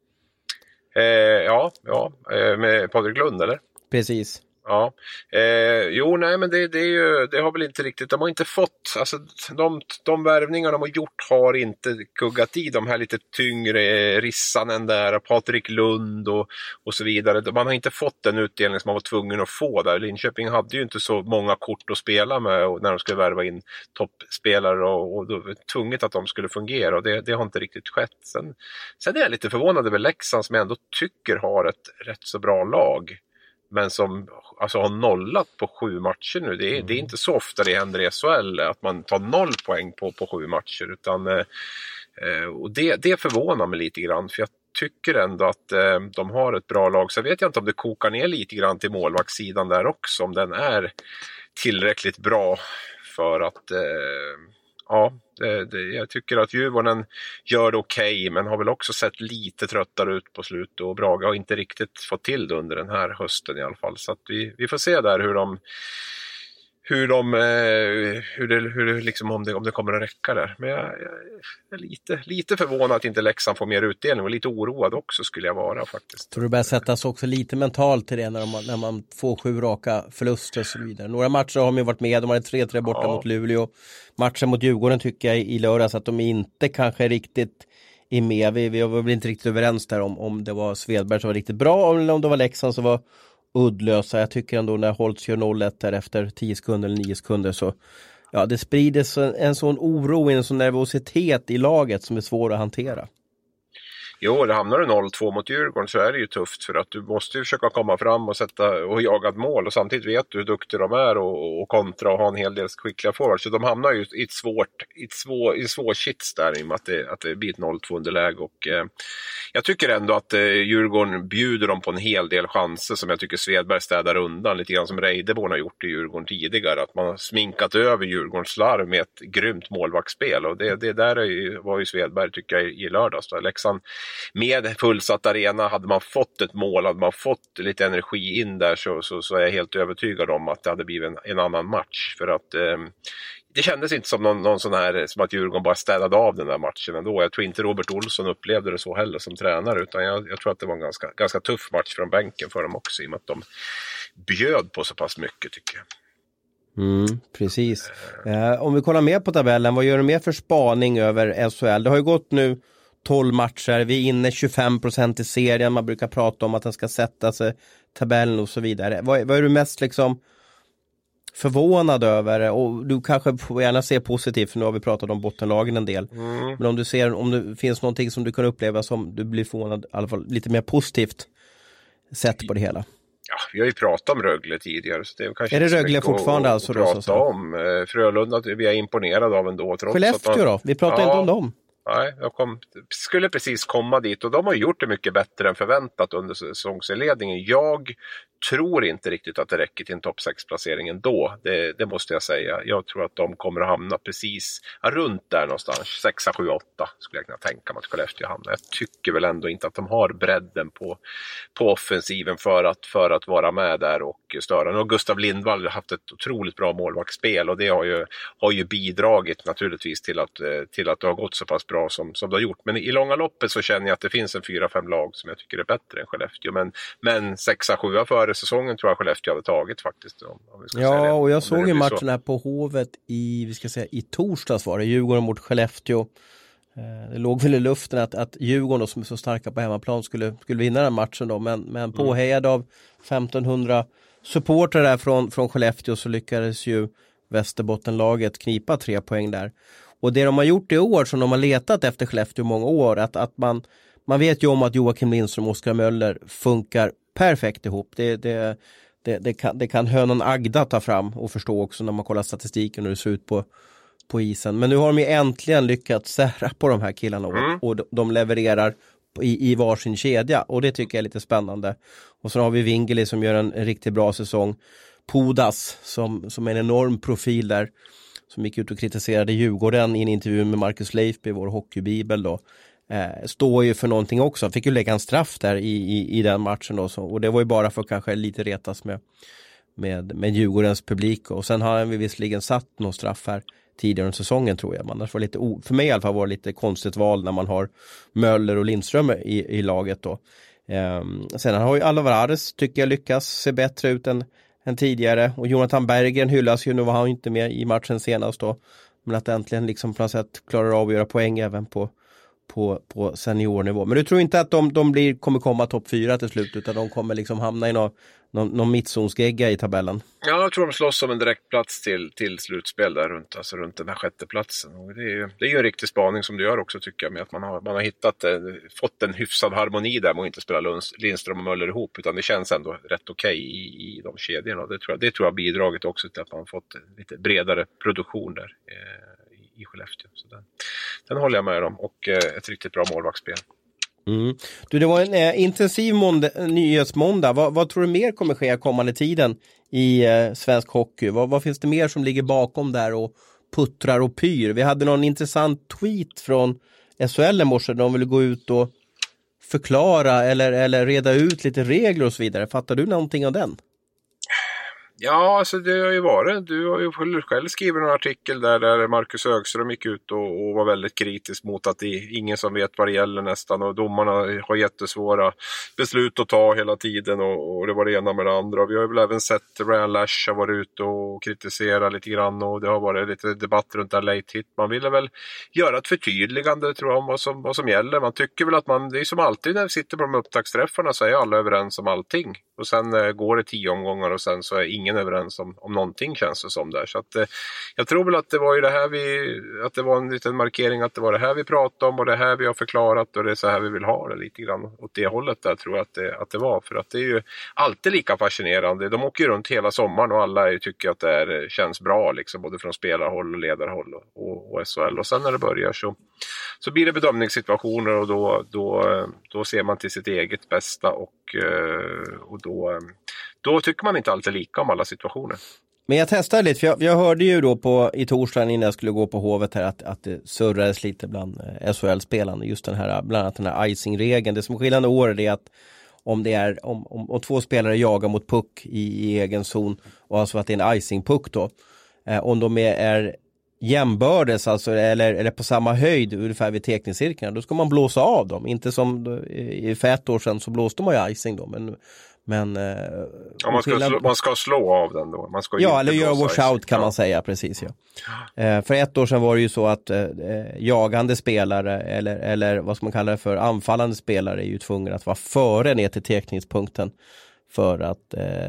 Med Patrik Lund eller? Precis. Ja, men det har väl inte riktigt, de har inte fått, alltså de värvningar de har gjort har inte kuggat i de här lite tyngre rissanen där, Patrik Lund och så vidare. Man har inte fått den utdelning som man var tvungen att få där. Linköping hade ju inte så många kort att spela med när de skulle värva in toppspelare och då var tvunget att de skulle fungera och det har inte riktigt skett. Sen är jag lite förvånad över Leksand som jag ändå tycker har ett rätt så bra lag. Men som alltså har nollat på 7 matcher nu. Det är inte så ofta det händer i SHL att man tar 0 poäng på 7 matcher. Utan, och det förvånar mig lite grann. För jag tycker ändå att de har ett bra lag. Så vet jag inte om det kokar ner lite grann till målvaktssidan där också. Om den är tillräckligt bra för att... jag tycker att Djurgården gör det okej, men har väl också sett lite tröttare ut på slut och Braga har inte riktigt fått till det under den här hösten i alla fall. Så att vi får se där om det kommer att räcka där. Men jag är lite förvånad att inte Leksand får mer utdelning och lite oroad också skulle jag vara faktiskt. Tror du börjar sättas också lite mentalt till det när man får 7 raka förluster och så vidare. Några matcher har man ju varit med, de har 3-3 borta mot Luleå. Matchen mot Djurgården tycker jag i lördags att de inte kanske riktigt är med. Vi var väl inte riktigt överens där om det var Svedberg som var riktigt bra eller om det var Leksand som var uddlösa. Jag tycker ändå när Holtz gör 0-1 där efter 10 sekunder eller 9 sekunder så det sprider en sån oro, en sån nervositet i laget som är svår att hantera. Jo, det hamnar du 0-2 mot Djurgården så är det ju tufft för att du måste ju försöka komma fram och sätta och jaga ett mål och samtidigt vet du hur duktiga de är och kontra och ha en hel del skickliga forwards. Så de hamnar ju i ett svår sits där i och med att det blir ett 0-2 underläge och jag tycker ändå att Djurgården bjuder dem på en hel del chanser som jag tycker Svedberg städar undan lite grann som Reideborn har gjort i Djurgården tidigare. Att man har sminkat över Djurgårdens slarv med ett grymt målvaktsspel och det där var ju Svedberg tycker jag i lördags. Leksand med fullsatt arena hade man fått ett mål, hade man fått lite energi in där så är jag helt övertygad om att det hade blivit en annan match för att det kändes inte som någon sån här som att Djurgården bara städade av den där matchen ändå. Jag tror inte Robert Olsson upplevde det så heller som tränare utan jag tror att det var en ganska tuff match från bänken för dem också i och med att de bjöd på så pass mycket tycker jag. Precis. Om vi kollar mer på tabellen, vad gör du mer för spaning över SHL? Det har ju gått nu 12 matcher, vi är inne 25% i serien, man brukar prata om att den ska sätta sig tabellen och så vidare. Vad är du mest liksom förvånad över? Och du kanske får gärna se positivt för nu har vi pratat om bottenlagen en del. Men om det finns någonting som du kan uppleva som du blir förvånad, i alla fall lite mer positivt sett på det hela. Ja, vi har ju pratat om Rögle tidigare. Så det är det Rögle fortfarande alltså? Att prata om Frölunda, att vi är imponerade av ändå. Skellefteå då? Vi pratar inte om dem. Nej, jag skulle precis komma dit och de har gjort det mycket bättre än förväntat under säsongsledningen. Jag tror inte riktigt att det räcker till en topp 6-placering ändå. Det måste jag säga. Jag tror att de kommer att hamna precis runt där någonstans. 6, 7, 8 skulle jag kunna tänka mig att Skellefteå hamnar. Jag tycker väl ändå inte att de har bredden på offensiven för att vara med där och störa. Och Gustav Lindvall har haft ett otroligt bra målvaktsspel och det har ju bidragit naturligtvis till att det har gått så pass bra som det har gjort. Men i långa loppet så känner jag att det finns en 4-5 lag som jag tycker är bättre än Skellefteå. Men 6-7 före säsongen tror jag Skellefteå hade tagit faktiskt. Om vi ska säga det. Och jag såg ju matchen här på Hovet i torsdags var det, Djurgården mot Skellefteå. Det låg väl i luften att Djurgården då, som är så starka på hemmaplan skulle vinna den matchen då. Men påhejad av 1500 supportrar där från Skellefteå så lyckades ju Västerbottenlaget knipa 3 poäng där. Och det de har gjort i år som de har letat efter Skellefteå i många år att man vet ju om att Joakim Lindström och Oskar Möller funkar perfekt ihop. Det kan hönan Agda ta fram och förstå också när man kollar statistiken och det ser ut på isen. Men nu har de ju äntligen lyckats sära på de här killarna och de levererar i varsin kedja och det tycker jag är lite spännande. Och så har vi Wingeli som gör en riktigt bra säsong. Pudas som är en enorm profil där som gick ut och kritiserade Djurgården i en intervju med Marcus Leifby, vår hockeybibel då. Står ju för någonting också. Fick ju lägga en straff där i den matchen då. Och det var ju bara för att kanske lite retas med Djurgårdens publik. Och sen har vi visserligen satt någon straff här tidigare under säsongen tror jag. Annars var lite för mig i alla fall var det lite konstigt val när man har Möller och Lindström i laget då. Sen har ju Alvarez tycker jag lyckas se bättre ut än tidigare. Och Jonathan Berggren hyllas ju, nu var han inte med i matchen senast då. Men att äntligen liksom på något sätt klarar av att göra poäng även på seniornivå. Men du tror inte att de kommer komma topp 4 till slut utan de kommer liksom hamna i någon mittzonsgegga i tabellen? Ja, jag tror de slåss om en direktplats till slutspel där runt den här 6:e platsen. Och det är ju en riktig spaning som du gör också tycker jag med att man har fått en hyfsad harmoni där med att inte spela Lindström och Möller ihop utan det känns ändå rätt okej i de kedjorna. Det tror jag har bidragit också till att man har fått lite bredare produktion där i Skellefteå. Så den håller jag med om och ett riktigt bra målvaktsspel. Du, det var en intensiv nyhetsmåndag. Vad tror du mer kommer ske kommande tiden i svensk hockey? Vad finns det mer som ligger bakom där och puttrar och pyr? Vi hade någon intressant tweet från SHL i morse där de ville gå ut och förklara eller reda ut lite regler och så vidare. Fattar du någonting av den? Ja, alltså det har ju varit. Du har ju själv skrivit en artikel där Marcus Högström gick ut och var väldigt kritisk mot att det är ingen som vet vad det gäller nästan. Och domarna har jättesvåra beslut att ta hela tiden och det var det ena med det andra. Och vi har ju väl även sett Ryan Lash har varit ute och kritiserat lite grann och det har varit lite debatt runt där late hit. Man ville väl göra ett förtydligande tror jag om vad som gäller. Man tycker väl att det är som alltid när vi sitter på de upptaktsträffarna så är alla överens om allting. Och sen går det 10 omgångar och sen så är ingen ingen överens om någonting, känns det som där. Så att, jag tror väl att det var ju det här att det var en liten markering att det var det här vi pratade om och det här vi har förklarat och det är så här vi vill ha det, lite grann åt det hållet där tror jag att det var. För att det är ju alltid lika fascinerande. De åker ju runt hela sommaren och alla tycker att det känns bra liksom, både från spelarhåll och ledarhåll och SHL. Och sen när det börjar så blir det bedömningssituationer och då ser man till sitt eget bästa och då tycker man inte alltid lika om alla situationer. Men jag testade lite, för jag hörde ju då i torsdagen innan jag skulle gå på Hovet här att det surrades lite bland SHL-spelarna, just den här, bland annat den här icing-regeln. Det som är skillnad år är att om två spelare jagar mot puck i egen zon och alltså att det är en icing-puck då, om de är jämbördes alltså, eller på samma höjd ungefär vid teckningscirkeln, då ska man blåsa av dem. Inte som för ett år sedan så blåste man ju icing då, men man ska slå av den då. Man ska eller göra washout kan man säga, precis ja. För ett år sedan var det ju så att jagande spelare eller vad ska man kalla det för, anfallande spelare är ju tvungna att vara före ner till teckningspunkten för att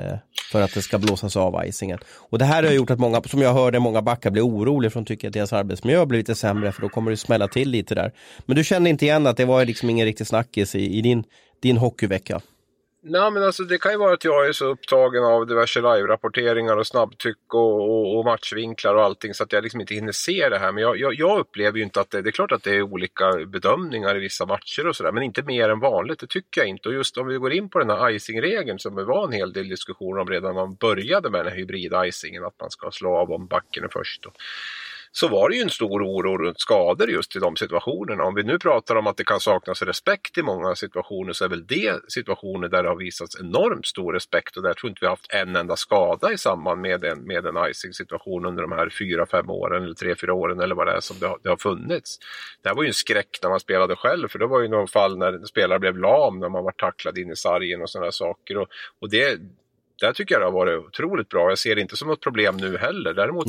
det ska blåsas av icingen. Och det här har gjort att många, som jag hörde, många backar blir oroliga för de tycker att deras arbetsmiljö blir lite sämre, för då kommer det smälla till lite där. Men du kände inte igen att det var liksom ingen riktig snackis i din hockeyvecka? Nej, men alltså det kan ju vara att jag är så upptagen av diverse live-rapporteringar och snabbtyck och matchvinklar och allting så att jag liksom inte hinner se det här. Men jag upplever ju inte att det är klart att det är olika bedömningar i vissa matcher och sådär, men inte mer än vanligt, det tycker jag inte. Och just om vi går in på den här icing-regeln som det var en hel del diskussioner om redan när man började med den här hybrid-icingen, att man ska slå av om backen är först då. Så var det ju en stor oro runt skador just i de situationerna. Om vi nu pratar om att det kan saknas respekt i många situationer, så är väl det situationer där det har visats enormt stor respekt, och där tror inte vi har haft en enda skada i samband med en icing-situation under de här 4-5 åren eller 3-4 åren eller vad det är som det har funnits. Det här var ju en skräck när man spelade själv, för det var ju någon fall när en spelare blev lam när man var tacklad in i sargen och sådana saker, och det där tycker jag det har varit otroligt bra. Jag ser det inte som något problem nu heller. Däremot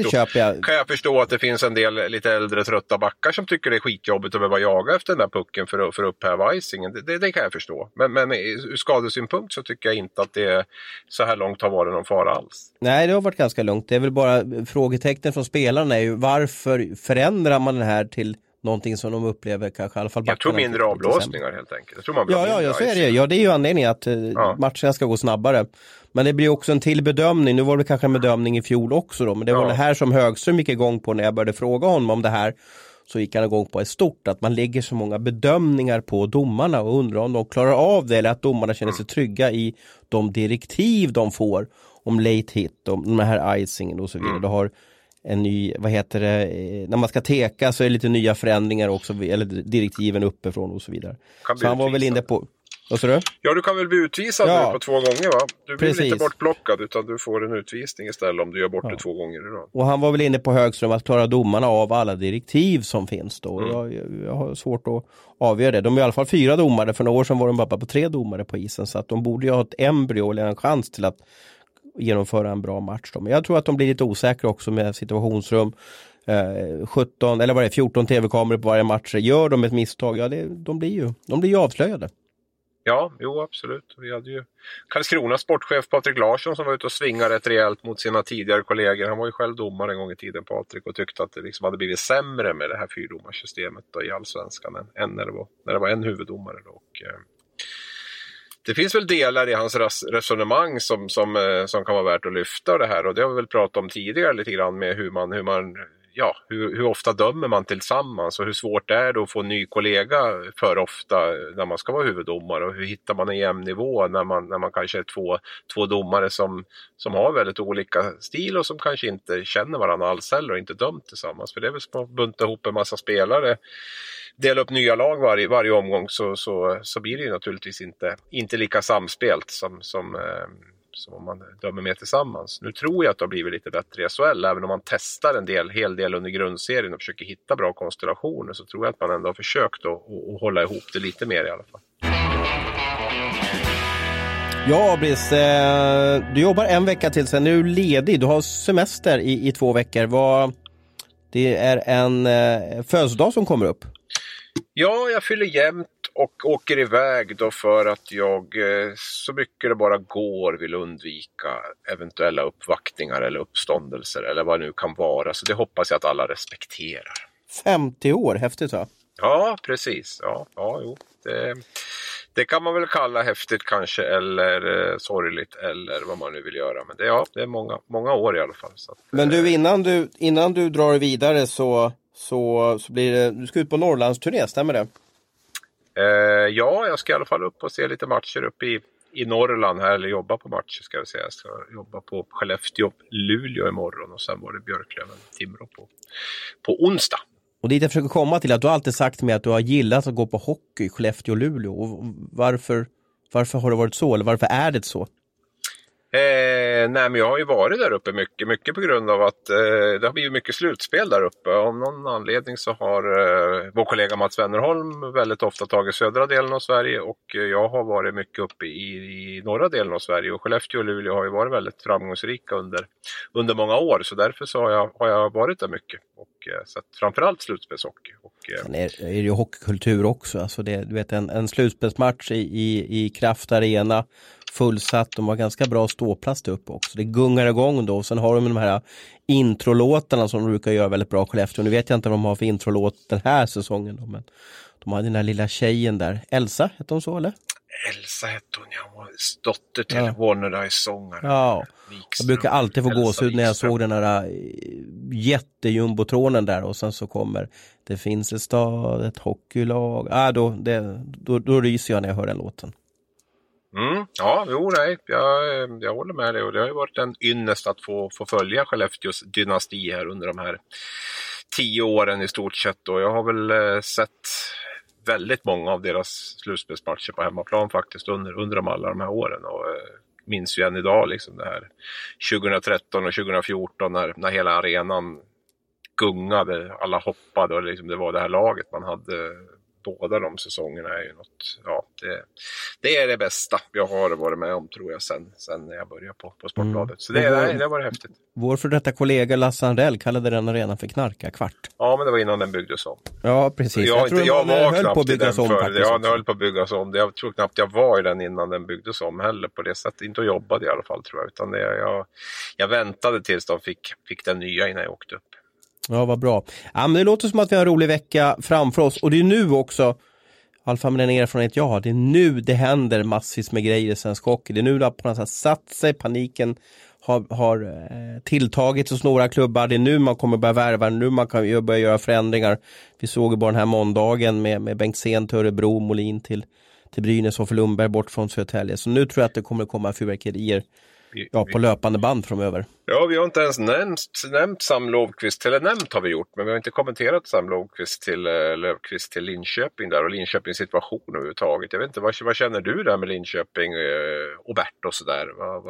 kan jag förstå att det finns en del lite äldre trötta backar som tycker det är skitjobbigt att behöva jaga efter den där pucken för att upphäva icingen. Det kan jag förstå. Men ur skadesynpunkt så tycker jag inte att det så här långt har varit någon fara alls. Nej, det har varit ganska lugnt. Det är väl bara frågetecknen från spelarna är ju varför förändrar man den här till någonting som de upplever kanske i alla fall. Jag tror mindre avblåsningar helt enkelt. Jag tror man så är det. Ja, det är ju anledningen att matcherna ska gå snabbare. Men det blir också en till bedömning. Nu var det kanske en bedömning i fjol också då. Men det var det här som Högström gick igång på när jag började fråga honom om det här. Så gick han igång på ett stort. Att man lägger så många bedömningar på domarna och undrar om de klarar av det. Eller att domarna känner sig trygga i de direktiv de får. Om late hit, om den här icingen och så vidare. Du har en ny, när man ska teka så är det lite nya förändringar också, eller direktiven uppifrån och så vidare. Så han var väl inne på, vad sa du? Ja, du kan väl bli utvisad nu på 2 gånger, va? Du blir inte bortplockad utan du får en utvisning istället om du gör bort det 2 gånger idag. Och han var väl inne på Högström att klara domarna av alla direktiv som finns då. Jag har svårt att avgöra det. De är i alla fall 4 domare, för några år sedan var de bara på 3 domare på isen, så att de borde ju ha ett embryo eller en chans till att genomföra en bra match då. Men jag tror att de blir lite osäkra också med situationsrum. 17 eller vad det är, 14 tv-kameror på varje match. Gör de ett misstag, de blir ju avslöjade. Ja, jo absolut. Vi hade ju Karlskronas sportchef Patrik Larsson som var ute och svingade rätt rejält mot sina tidigare kollegor. Han var ju själv domare en gång i tiden, Patrik, och tyckte att det liksom hade blivit sämre med det här 4-domarsystemet då i Allsvenskan än när det var en huvuddomare då. Och det finns väl delar i hans resonemang som kan vara värt att lyfta det här, och det har vi väl pratat om tidigare lite grann med hur ofta dömer man tillsammans och hur svårt det är då att få en ny kollega för ofta när man ska vara huvuddomare, och hur hittar man en jämn nivå när man kanske är två domare som har väldigt olika stil och som kanske inte känner varandra alls heller och inte dömt tillsammans, för det är väl som att bunta ihop en massa spelare, dela upp nya lag varje omgång, så blir det ju naturligtvis inte lika samspelt som om man dömer med tillsammans. Nu tror jag att det har blivit lite bättre i SHL, även om man testar en hel del under grundserien och försöker hitta bra konstellationer, så tror jag att man ändå har försökt att hålla ihop det lite mer i alla fall. Ja, Briss, du jobbar en vecka till, sen är du ledig. Du har semester i 2 veckor. Det är en födelsedag som kommer upp. Ja, jag fyller jämnt och åker iväg då för att jag så mycket det bara går vill undvika eventuella uppvaktningar eller uppståndelser eller vad det nu kan vara. Så det hoppas jag att alla respekterar. 50 år, häftigt va? Ja, precis. Jo. Det kan man väl kalla häftigt kanske eller sorgligt eller vad man nu vill göra. Men det är många år i alla fall. Så att, men du, innan du drar vidare så blir det, du ska ut på Norrlandsturné, stämmer det? Ja, jag ska i alla fall upp och se lite matcher upp i Norrland här, eller jobba på matcher ska jag säga. Jag ska jobba på Skellefteå, Luleå imorgon och sen var det Björklöven, Timrå på onsdag. Och dit jag försöker komma till att du har alltid sagt till mig att du har gillat att gå på hockey i Skellefteå och Luleå. Och varför har det varit så? Eller varför är det så? Nej, men jag har ju varit där uppe mycket på grund av att det har blivit mycket slutspel där uppe. Av någon anledning så har vår kollega Mats Wennerholm väldigt ofta tagit södra delen av Sverige och jag har varit mycket uppe i norra delen av Sverige. Och Skellefteå och Luleå har ju varit väldigt framgångsrika under många år, så därför så har jag varit där mycket och sett framförallt slutspelshockey. Sen är det ju hockeykultur också, alltså du vet en slutspelsmatch i Kraft Arena fullsatt, de har ganska bra ståplats uppe också. Det gungar igång då och sen har de de här introlåtarna som de brukar göra väldigt bra Skellefteå. Nu vet jag inte vad de har för introlåt den här säsongen då, men de har den där lilla tjejen där. Elsa, hette hon så eller? Elsa hette hon, hon var dotter till Warner Ice-sångare. Ja, jag brukar alltid få gåshud när jag såg den här jättejumbotronen där och sen så kommer det finns ett stad, ett hockeylag. Då ryser jag när jag hör den låten. Ja, jag håller med dig och det har ju varit en ynnest att få följa Skellefteås dynasti här under de här 10 åren i stort sett och jag har väl sett väldigt många av deras slutspelsmatcher på hemmaplan faktiskt under alla de här åren och minns ju än idag liksom det här 2013 och 2014 när hela arenan gungade, alla hoppade och liksom det var det här laget man hade. Båda de säsongerna är ju något, det är det bästa jag har varit med om tror jag sen när jag började på Sportbladet. Så det var häftigt. Vår för detta kollega Lasse Andrell kallade den arenan för Knarkarkvart. Ja, men det var innan den byggdes om. Ja, precis. Jag höll på att byggas om faktiskt. Ja, den höll på att byggas om. Jag tror knappt jag var i den innan den byggdes om heller på det sättet. Inte och jobbade i alla fall tror jag. Utan jag väntade tills de fick den nya innan jag åkte upp. Ja, vad bra. Ja, men det låter som att vi har en rolig vecka framför oss. Och det är nu också, Alfa med den erfarenhet jag har, det är nu det händer massvis med grejer i svensk hockey. Det är nu det har på något sätt satt sig, paniken har tilltagit hos några klubbar. Det är nu man kommer börja värva, nu man kan börja göra förändringar. Vi såg ju bara den här måndagen med Bengtzén till Örebro, Molin till Brynäs och för Lundberg bort från Södertälje. Så nu tror jag att det kommer komma fyrverkerier på löpande band framöver. Ja, vi har inte ens nämnt Sam Lovqvist, eller nämnt har vi gjort, men vi har inte kommenterat Sam Lovqvist till Linköping där och Linköpings situation överhuvudtaget. Jag vet inte, vad känner du där med Linköping och Bert och sådär?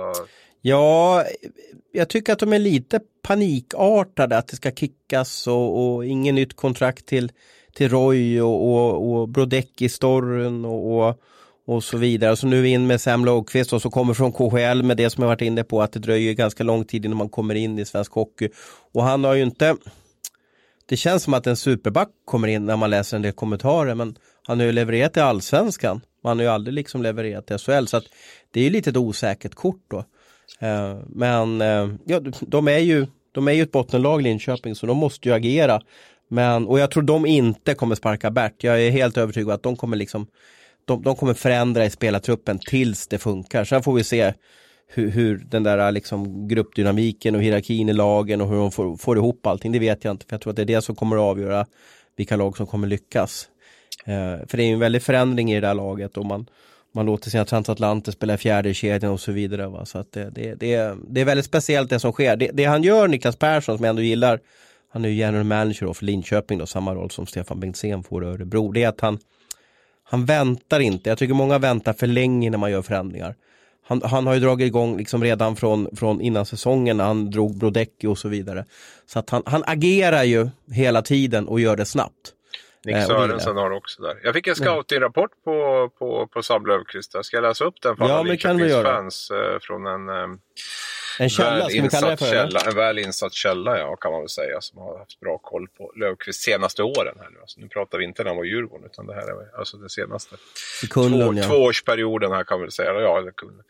Ja, jag tycker att de är lite panikartade, att det ska kickas och ingen nytt kontrakt till Roy och Brodecki-storyn och så vidare. Så nu är vi in med Sam Lovqvist och så kommer från KHL med det som jag varit inne på, att det dröjer ganska lång tid innan man kommer in i svensk hockey. Och han har ju inte, det känns som att en superback kommer in när man läser en del kommentarer, men han har ju levererat i Allsvenskan. Man har ju aldrig liksom levererat i SHL, så att det är ju lite ett osäkert kort då. Men de är ju ett bottenlag Linköping, så de måste ju agera. Och jag tror de inte kommer sparka Bert. Jag är helt övertygad att de kommer liksom de kommer förändra i spelartruppen tills det funkar. Sen får vi se hur den där liksom gruppdynamiken och hierarkin i lagen och hur de får ihop allting. Det vet jag inte, för jag tror att det är det som kommer att avgöra vilka lag som kommer lyckas. För det är ju en väldig förändring i det där laget och man låter sina transatlanter spela fjärde kedjan och så vidare. Va? Så att det är väldigt speciellt det som sker. Det han gör, Niklas Persson, som jag ändå gillar, han är ju general manager för Linköping då, samma roll som Stefan Bengtzén får Örebro. Det är att han väntar inte. Jag tycker många väntar för länge när man gör förändringar. Han har ju dragit igång liksom redan från innan säsongen när han drog Brodecki och så vidare. Så att han agerar ju hela tiden och gör det snabbt. Nick Sörensen har också där. Jag fick en scouting-rapport på Sam Löfqvist. Jag ska läsa upp den för alla Linköpings fans från En källa, ska vi kalla det för? En väl insatt källa, ja, kan man väl säga, som har haft bra koll på Löfqvist senaste åren här nu. Alltså, nu pratar vi inte när han var Djurgården, utan det här är alltså det senaste tvåårsperioden här, kan man väl säga. Ja,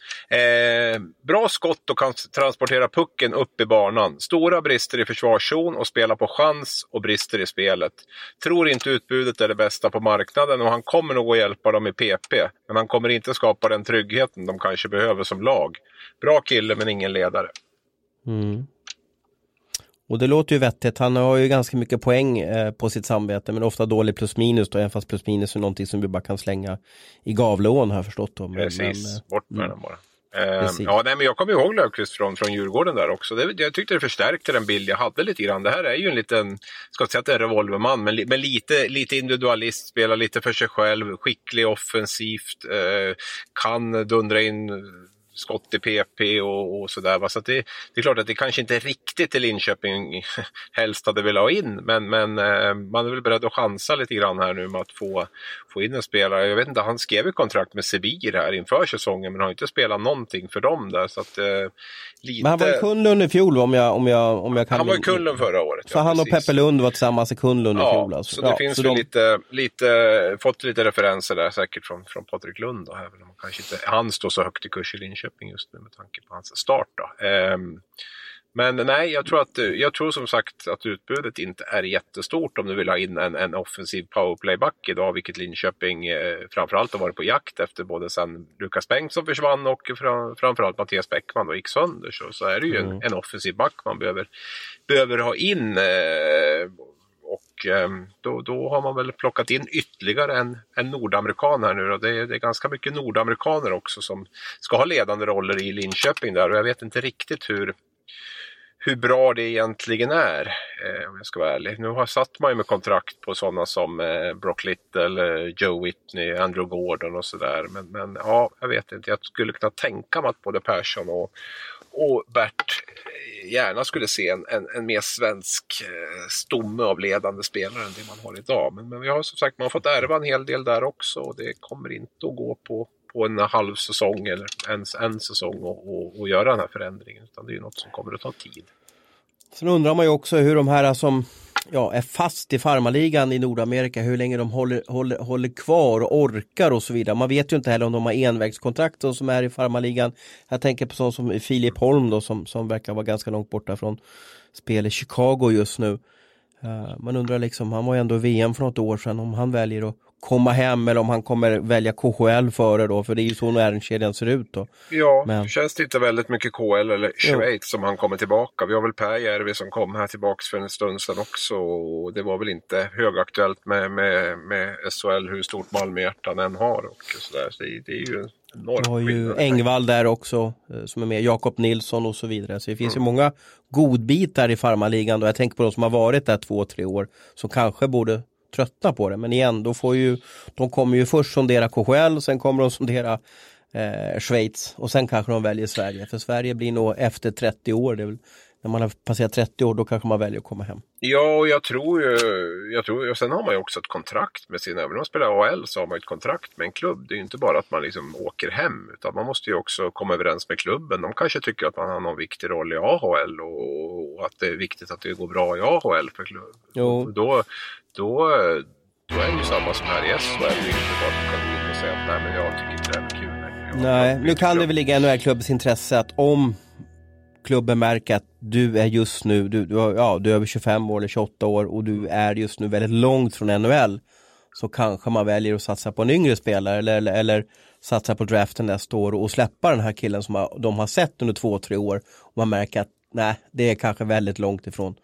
bra skott och kan transportera pucken upp i banan. Stora brister i försvarszon och spela på chans och brister i spelet. Tror inte utbudet är det bästa på marknaden och han kommer nog att hjälpa dem i PP. Men han kommer inte skapa den tryggheten de kanske behöver som lag. Bra kille men ingen ledare. Mm. Och det låter ju vettigt. Han har ju ganska mycket poäng på sitt samvete, men ofta dålig plus minus då, även fast plus minus är någonting som vi bara kan slänga i gavlån, har jag förstått då. Precis, bort med den bara. Men jag kommer ihåg Löfqvist från Djurgården där också. Jag tyckte det förstärkte den bild jag hade lite grann. Det här är ju en liten, ska inte säga att det är en revolverman, men lite individualist, spelar lite för sig själv, skicklig offensivt, kan dundra in skott i PP och sådär. Så att det är klart att det kanske inte är riktigt till Linköping helst hade velat ha in, men man är väl beredd att chansa lite grann här nu med att få in en spelare. Jag vet inte, han skrev ju kontrakt med Sibir här inför säsongen, men har inte spelat någonting för dem där, så att lite... Men han var i Kunlund i fjol om jag kan... Han var i Kunlund förra året. Så han och Peppe Lund var tillsammans i Kunlund i fjol alltså. Så det finns så ju lite fått lite referenser där säkert från Patrik Lund då, även om kanske inte han står så högt i kurs i Linköping just nu med tanke på hans start då. Men nej, jag tror som sagt att utbudet inte är jättestort om du vill ha in en offensiv powerplayback idag, vilket Linköping framförallt har varit på jakt efter, både sen Lukas Bengtsson försvann och framförallt Mattias Bäckman då gick sönder, så är det ju en offensiv back man behöver ha in, och då har man väl plockat in ytterligare en nordamerikan här nu då. Det är ganska mycket nordamerikaner också som ska ha ledande roller i Linköping där, och jag vet inte riktigt hur bra det egentligen är, om jag ska vara ärlig. Nu har satt man ju med kontrakt på sådana som Brock Little, Joe Whitney, Andrew Gordon och sådär. Men ja, jag vet inte. Jag skulle kunna tänka mig att både Persson och Bert gärna skulle se en mer svensk stomme av ledande spelare än det man har idag. Men vi har som sagt, man har fått ärva en hel del där också, och det kommer inte att gå på en halv säsong eller ens en säsong och göra den här förändringen, utan det är ju något som kommer att ta tid. Sen undrar man ju också hur de här som är fast i farmaligan i Nordamerika, hur länge de håller kvar och orkar och så vidare. Man vet ju inte heller om de har envägskontrakt som är i farmaligan. Jag tänker på sånt som Filip Holm då, som verkar vara ganska långt borta från spel i Chicago just nu. Man undrar liksom, han var ju ändå VM för något år sedan, om han väljer att komma hem eller om han kommer välja KHL före då, för det är ju så näringskedjan ser ut då. Ja, men känns det inte väldigt mycket KHL eller Schweiz som han kommer tillbaka. Vi har väl Per Järvi som kom här tillbaka för en stund sedan också, och det var väl inte högaktuellt med SHL hur stort Malmö-hjärtan än har och sådär. Så det är ju enormt. Vi har ju Engvall där också som är med, Jakob Nilsson och så vidare. Så det finns ju många godbitar i farmaligan då. Jag tänker på de som har varit där 2-3 år som kanske borde tröttna på det, men igen, de kommer ju först sondera KHL, sen kommer de sondera Schweiz, och sen kanske de väljer Sverige, för Sverige blir nog efter 30 år, det är väl, när man har passerat 30 år, då kanske man väljer att komma hem. Ja, och jag tror och sen har man ju också ett kontrakt med sin, även om man spelar AHL så har man ett kontrakt med en klubb. Det är ju inte bara att man liksom åker hem, utan man måste ju också komma överens med klubben. De kanske tycker att man har någon viktig roll i AHL och att det är viktigt att det går bra i AHL för klubb. Jo. Då är det ju samma som här i SHL. Det är inte bara att du kan gå in och säga att nej, men jag tycker inte det är kul. Nej, nu kan det väl ligga i NHL-klubbens intresse att om klubben märker att du är just nu, du är över 25 år eller 28 år och du är just nu väldigt långt från NHL, så kanske man väljer att satsa på en yngre spelare eller satsa på draften nästa år och släppa den här killen som de har sett under 2-3 år, och man märker att nej, det är kanske väldigt långt ifrån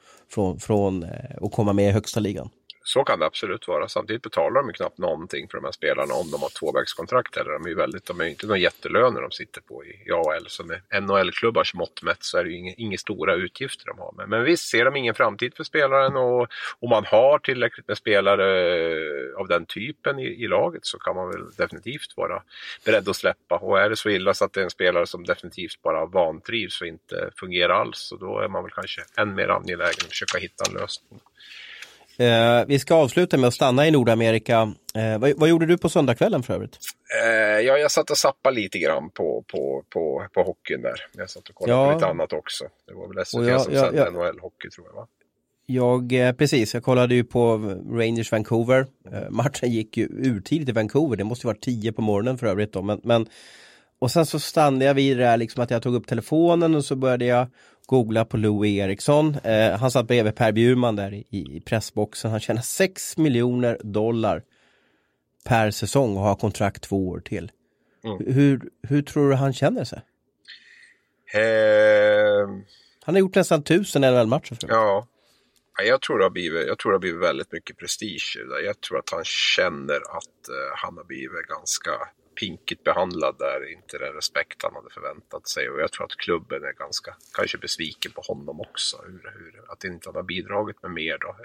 att komma med i högsta ligan. Så kan det absolut vara. Samtidigt betalar de ju knappt någonting för de här spelarna om de har tvåvägskontrakt. Eller de är ju inte någon jättelöner de sitter på i AHL. Så med NHL-klubbars mått mätt så är det ju inga stora utgifter de har. Men visst ser de ingen framtid för spelaren, och man har tillräckligt med spelare av den typen i laget, så kan man väl definitivt vara beredd att släppa. Och är det så illa så att det är en spelare som definitivt bara vantrivs och inte fungerar alls, så då är man väl kanske än mer angelägen att försöka hitta en lösning. Vi ska avsluta med att stanna i Nordamerika. Vad gjorde du på söndagskvällen för övrigt? Jag satt och zappade lite grann på hockeyn där. Jag satt och kollade på lite annat också. Det var väl SVT som sände NHL-hockey tror jag, va? Precis, jag kollade ju på Rangers Vancouver. Matchen gick ju urtidigt i Vancouver. Det måste ju vara 10 på morgonen för övrigt då. Men och sen så stannade jag vid det här, liksom att jag tog upp telefonen och så började jag googla på Louis Eriksson. Han satt bredvid Per Bjurman där i pressboxen. Han tjänar $6 miljoner per säsong och har kontrakt 2 år till. Hur tror du han känner sig? Han har gjort nästan 1000 NHL-matcher för. Ja. Jag tror det har blivit väldigt mycket prestige där. Jag tror att han känner att han har blivit ganska pinkigt behandlad där, inte den respekt han hade förväntat sig, och jag tror att klubben är ganska kanske besviken på honom också, att inte han har bidragit med mer då.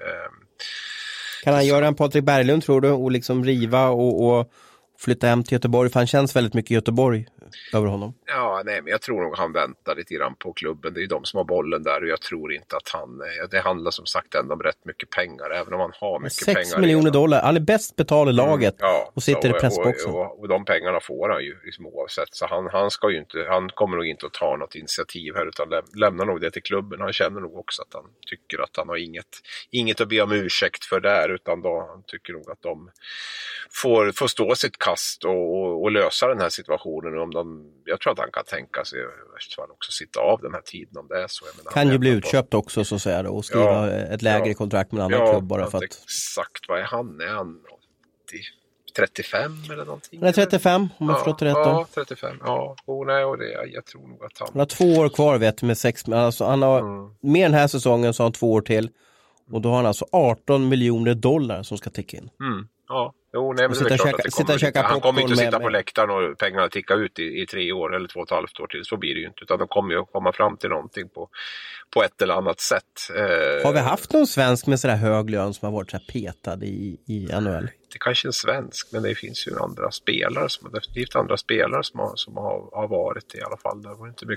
Kan han göra en Patrik Berglund tror du och liksom riva och flytta hem till Göteborg, för han känns väldigt mycket Göteborg över honom? Ja, nej, men jag tror nog han väntar lite grann på klubben. Det är ju de som har bollen där och jag tror inte att det handlar som sagt ändå om rätt mycket pengar, även om han har mycket pengar. $6 miljoner, han är bäst betald i laget och sitter i pressboxen. Och de pengarna får han ju liksom oavsett, så han kommer nog inte att ta något initiativ här utan lämnar nog det till klubben. Han känner nog också att han tycker att han har inget att be om ursäkt för där, utan då han tycker nog att de får stå sitt kast och lösa den här situationen. Jag tror att han kan tänka sig i värsta fall också sitta av den här tiden om det är så. Kan ju bli utköpt också så att säga då, och skriva ett lägre kontrakt med en annan klubb bara för att... Exakt, vad är han? Är han 35 eller någonting? Han är 35 om jag förstått det rätt då. Ja, 35. Ja, jag tror nog att han har 2 år kvar vet med 6, alltså han har med den här säsongen så har han 2 år till och då har han alltså $18 miljoner som ska ticka in. Ja. Jo, nej, men det är klart att han kommer inte att sitta på läktaren och pengarna ticka ut i 3 år eller 2,5 år till. Så blir det ju inte, utan de kommer ju att komma fram till någonting på ett eller annat sätt. Har vi haft någon svensk med sådär hög lön som har varit så här petad i NHL? Det kanske är en svensk, men det finns ju andra spelare som har varit i alla fall. Det var inte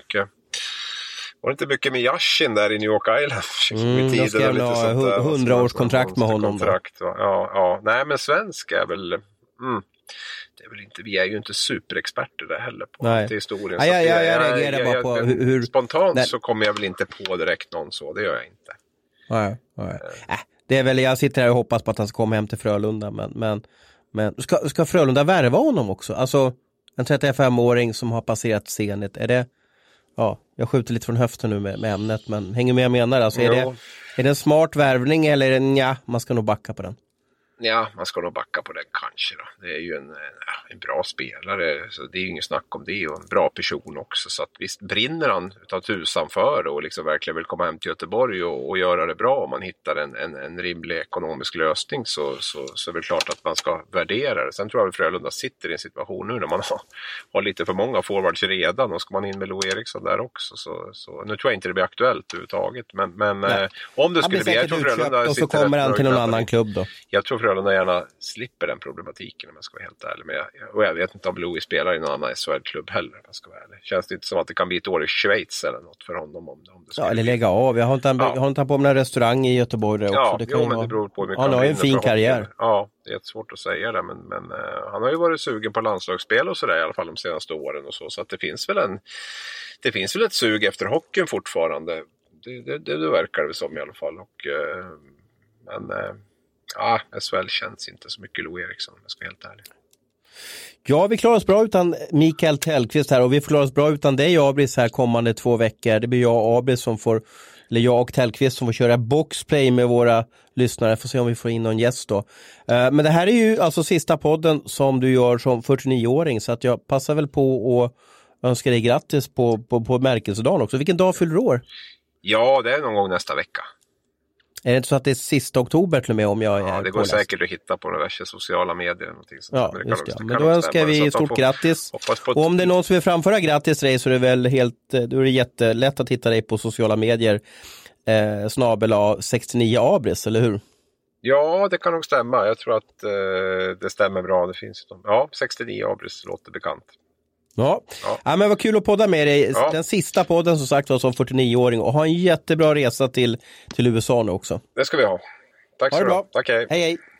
mycket med Yashin där i New York Island. Jag ska ha 100-årskontrakt med honom. Ja. Nej, men svensk är väl... Det är väl inte, vi är ju inte superexperter där heller på historien. Jag reagerar bara på hur... Spontant så kommer jag väl inte på direkt någon så, det gör jag inte. Nej. Det är väl, jag sitter här och hoppas på att han ska komma hem till Frölunda, men ska Frölunda värva honom också? Alltså en 35-åring som har passerat Zenit, är det... Ja, jag skjuter lite från höften nu med ämnet, men hänger med jag menar. Alltså, är det en smart värvning eller är det man ska nog backa på den? Ja, man ska nog backa på den kanske då. Det är ju en bra spelare, så det är ju ingen snack om det, och en bra person också. Så att visst brinner han utav tusan för och liksom verkligen vill komma hem till Göteborg och göra det bra. Om man hittar en rimlig ekonomisk lösning så är det klart att man ska värdera det. Sen tror jag att Frölunda sitter i en situation nu när man har lite för många forwards redan, och ska man in med Louis Eriksson där också. Så nu tror jag inte det blir aktuellt överhuvudtaget. Men om det skulle bli... Han blir säkert utköpt och så kommer han till någon annan klubb då. Jag tror Frölunda gärna slipper den problematiken om jag ska vara helt ärlig. Och jag vet inte om Louis spelar i någon annan SHL-klubb heller om jag ska vara ärlig. Känns det inte som att det kan bli ett år i Schweiz eller något för honom om det skulle eller lägga av. Jag har inte på med en restaurang i Göteborg där också. Ja, men det beror på hur mycket han har en fin karriär. Ja, det är svårt att säga det, men han har ju varit sugen på landslagsspel och sådär i alla fall de senaste åren och så att det finns väl ett sug efter hockeyn fortfarande. Det verkar det som i alla fall, SHL känns inte så mycket Louis Eriksson, om jag ska vara helt ärlig. Ja, vi klarar oss bra utan Mikael Tellqvist här, och vi klarar oss bra utan dig Abris här kommande 2 veckor. Det blir jag och Tellqvist som får köra boxplay med våra lyssnare. Får se om vi får in någon gäst då. Men det här är ju alltså sista podden som du gör som 49-åring, så att jag passar väl på att önska dig grattis på märkelsedagen också. Vilken dag fyller du år? Ja, det är någon gång nästa vecka. Är det inte så att det är sista oktober till och med om jag är... Ja, det går säkert att hitta på diverse sociala medier. Ja, just det. Men då önskar vi stort grattis. Och om det är någon som vill framföra grattis till dig så är det väl då är det jättelätt att hitta dig på sociala medier. @69abris, eller hur? Ja, det kan nog stämma. Jag tror att det stämmer bra. Det finns 69abris låter bekant. Ja, men vad kul att podda med dig. Ja. Den sista podden som sagt var som 49-åring, och ha en jättebra resa till USA nu också. Det ska vi ha. Tack Ha så det bra. bra. Tack, hej. Hej hej.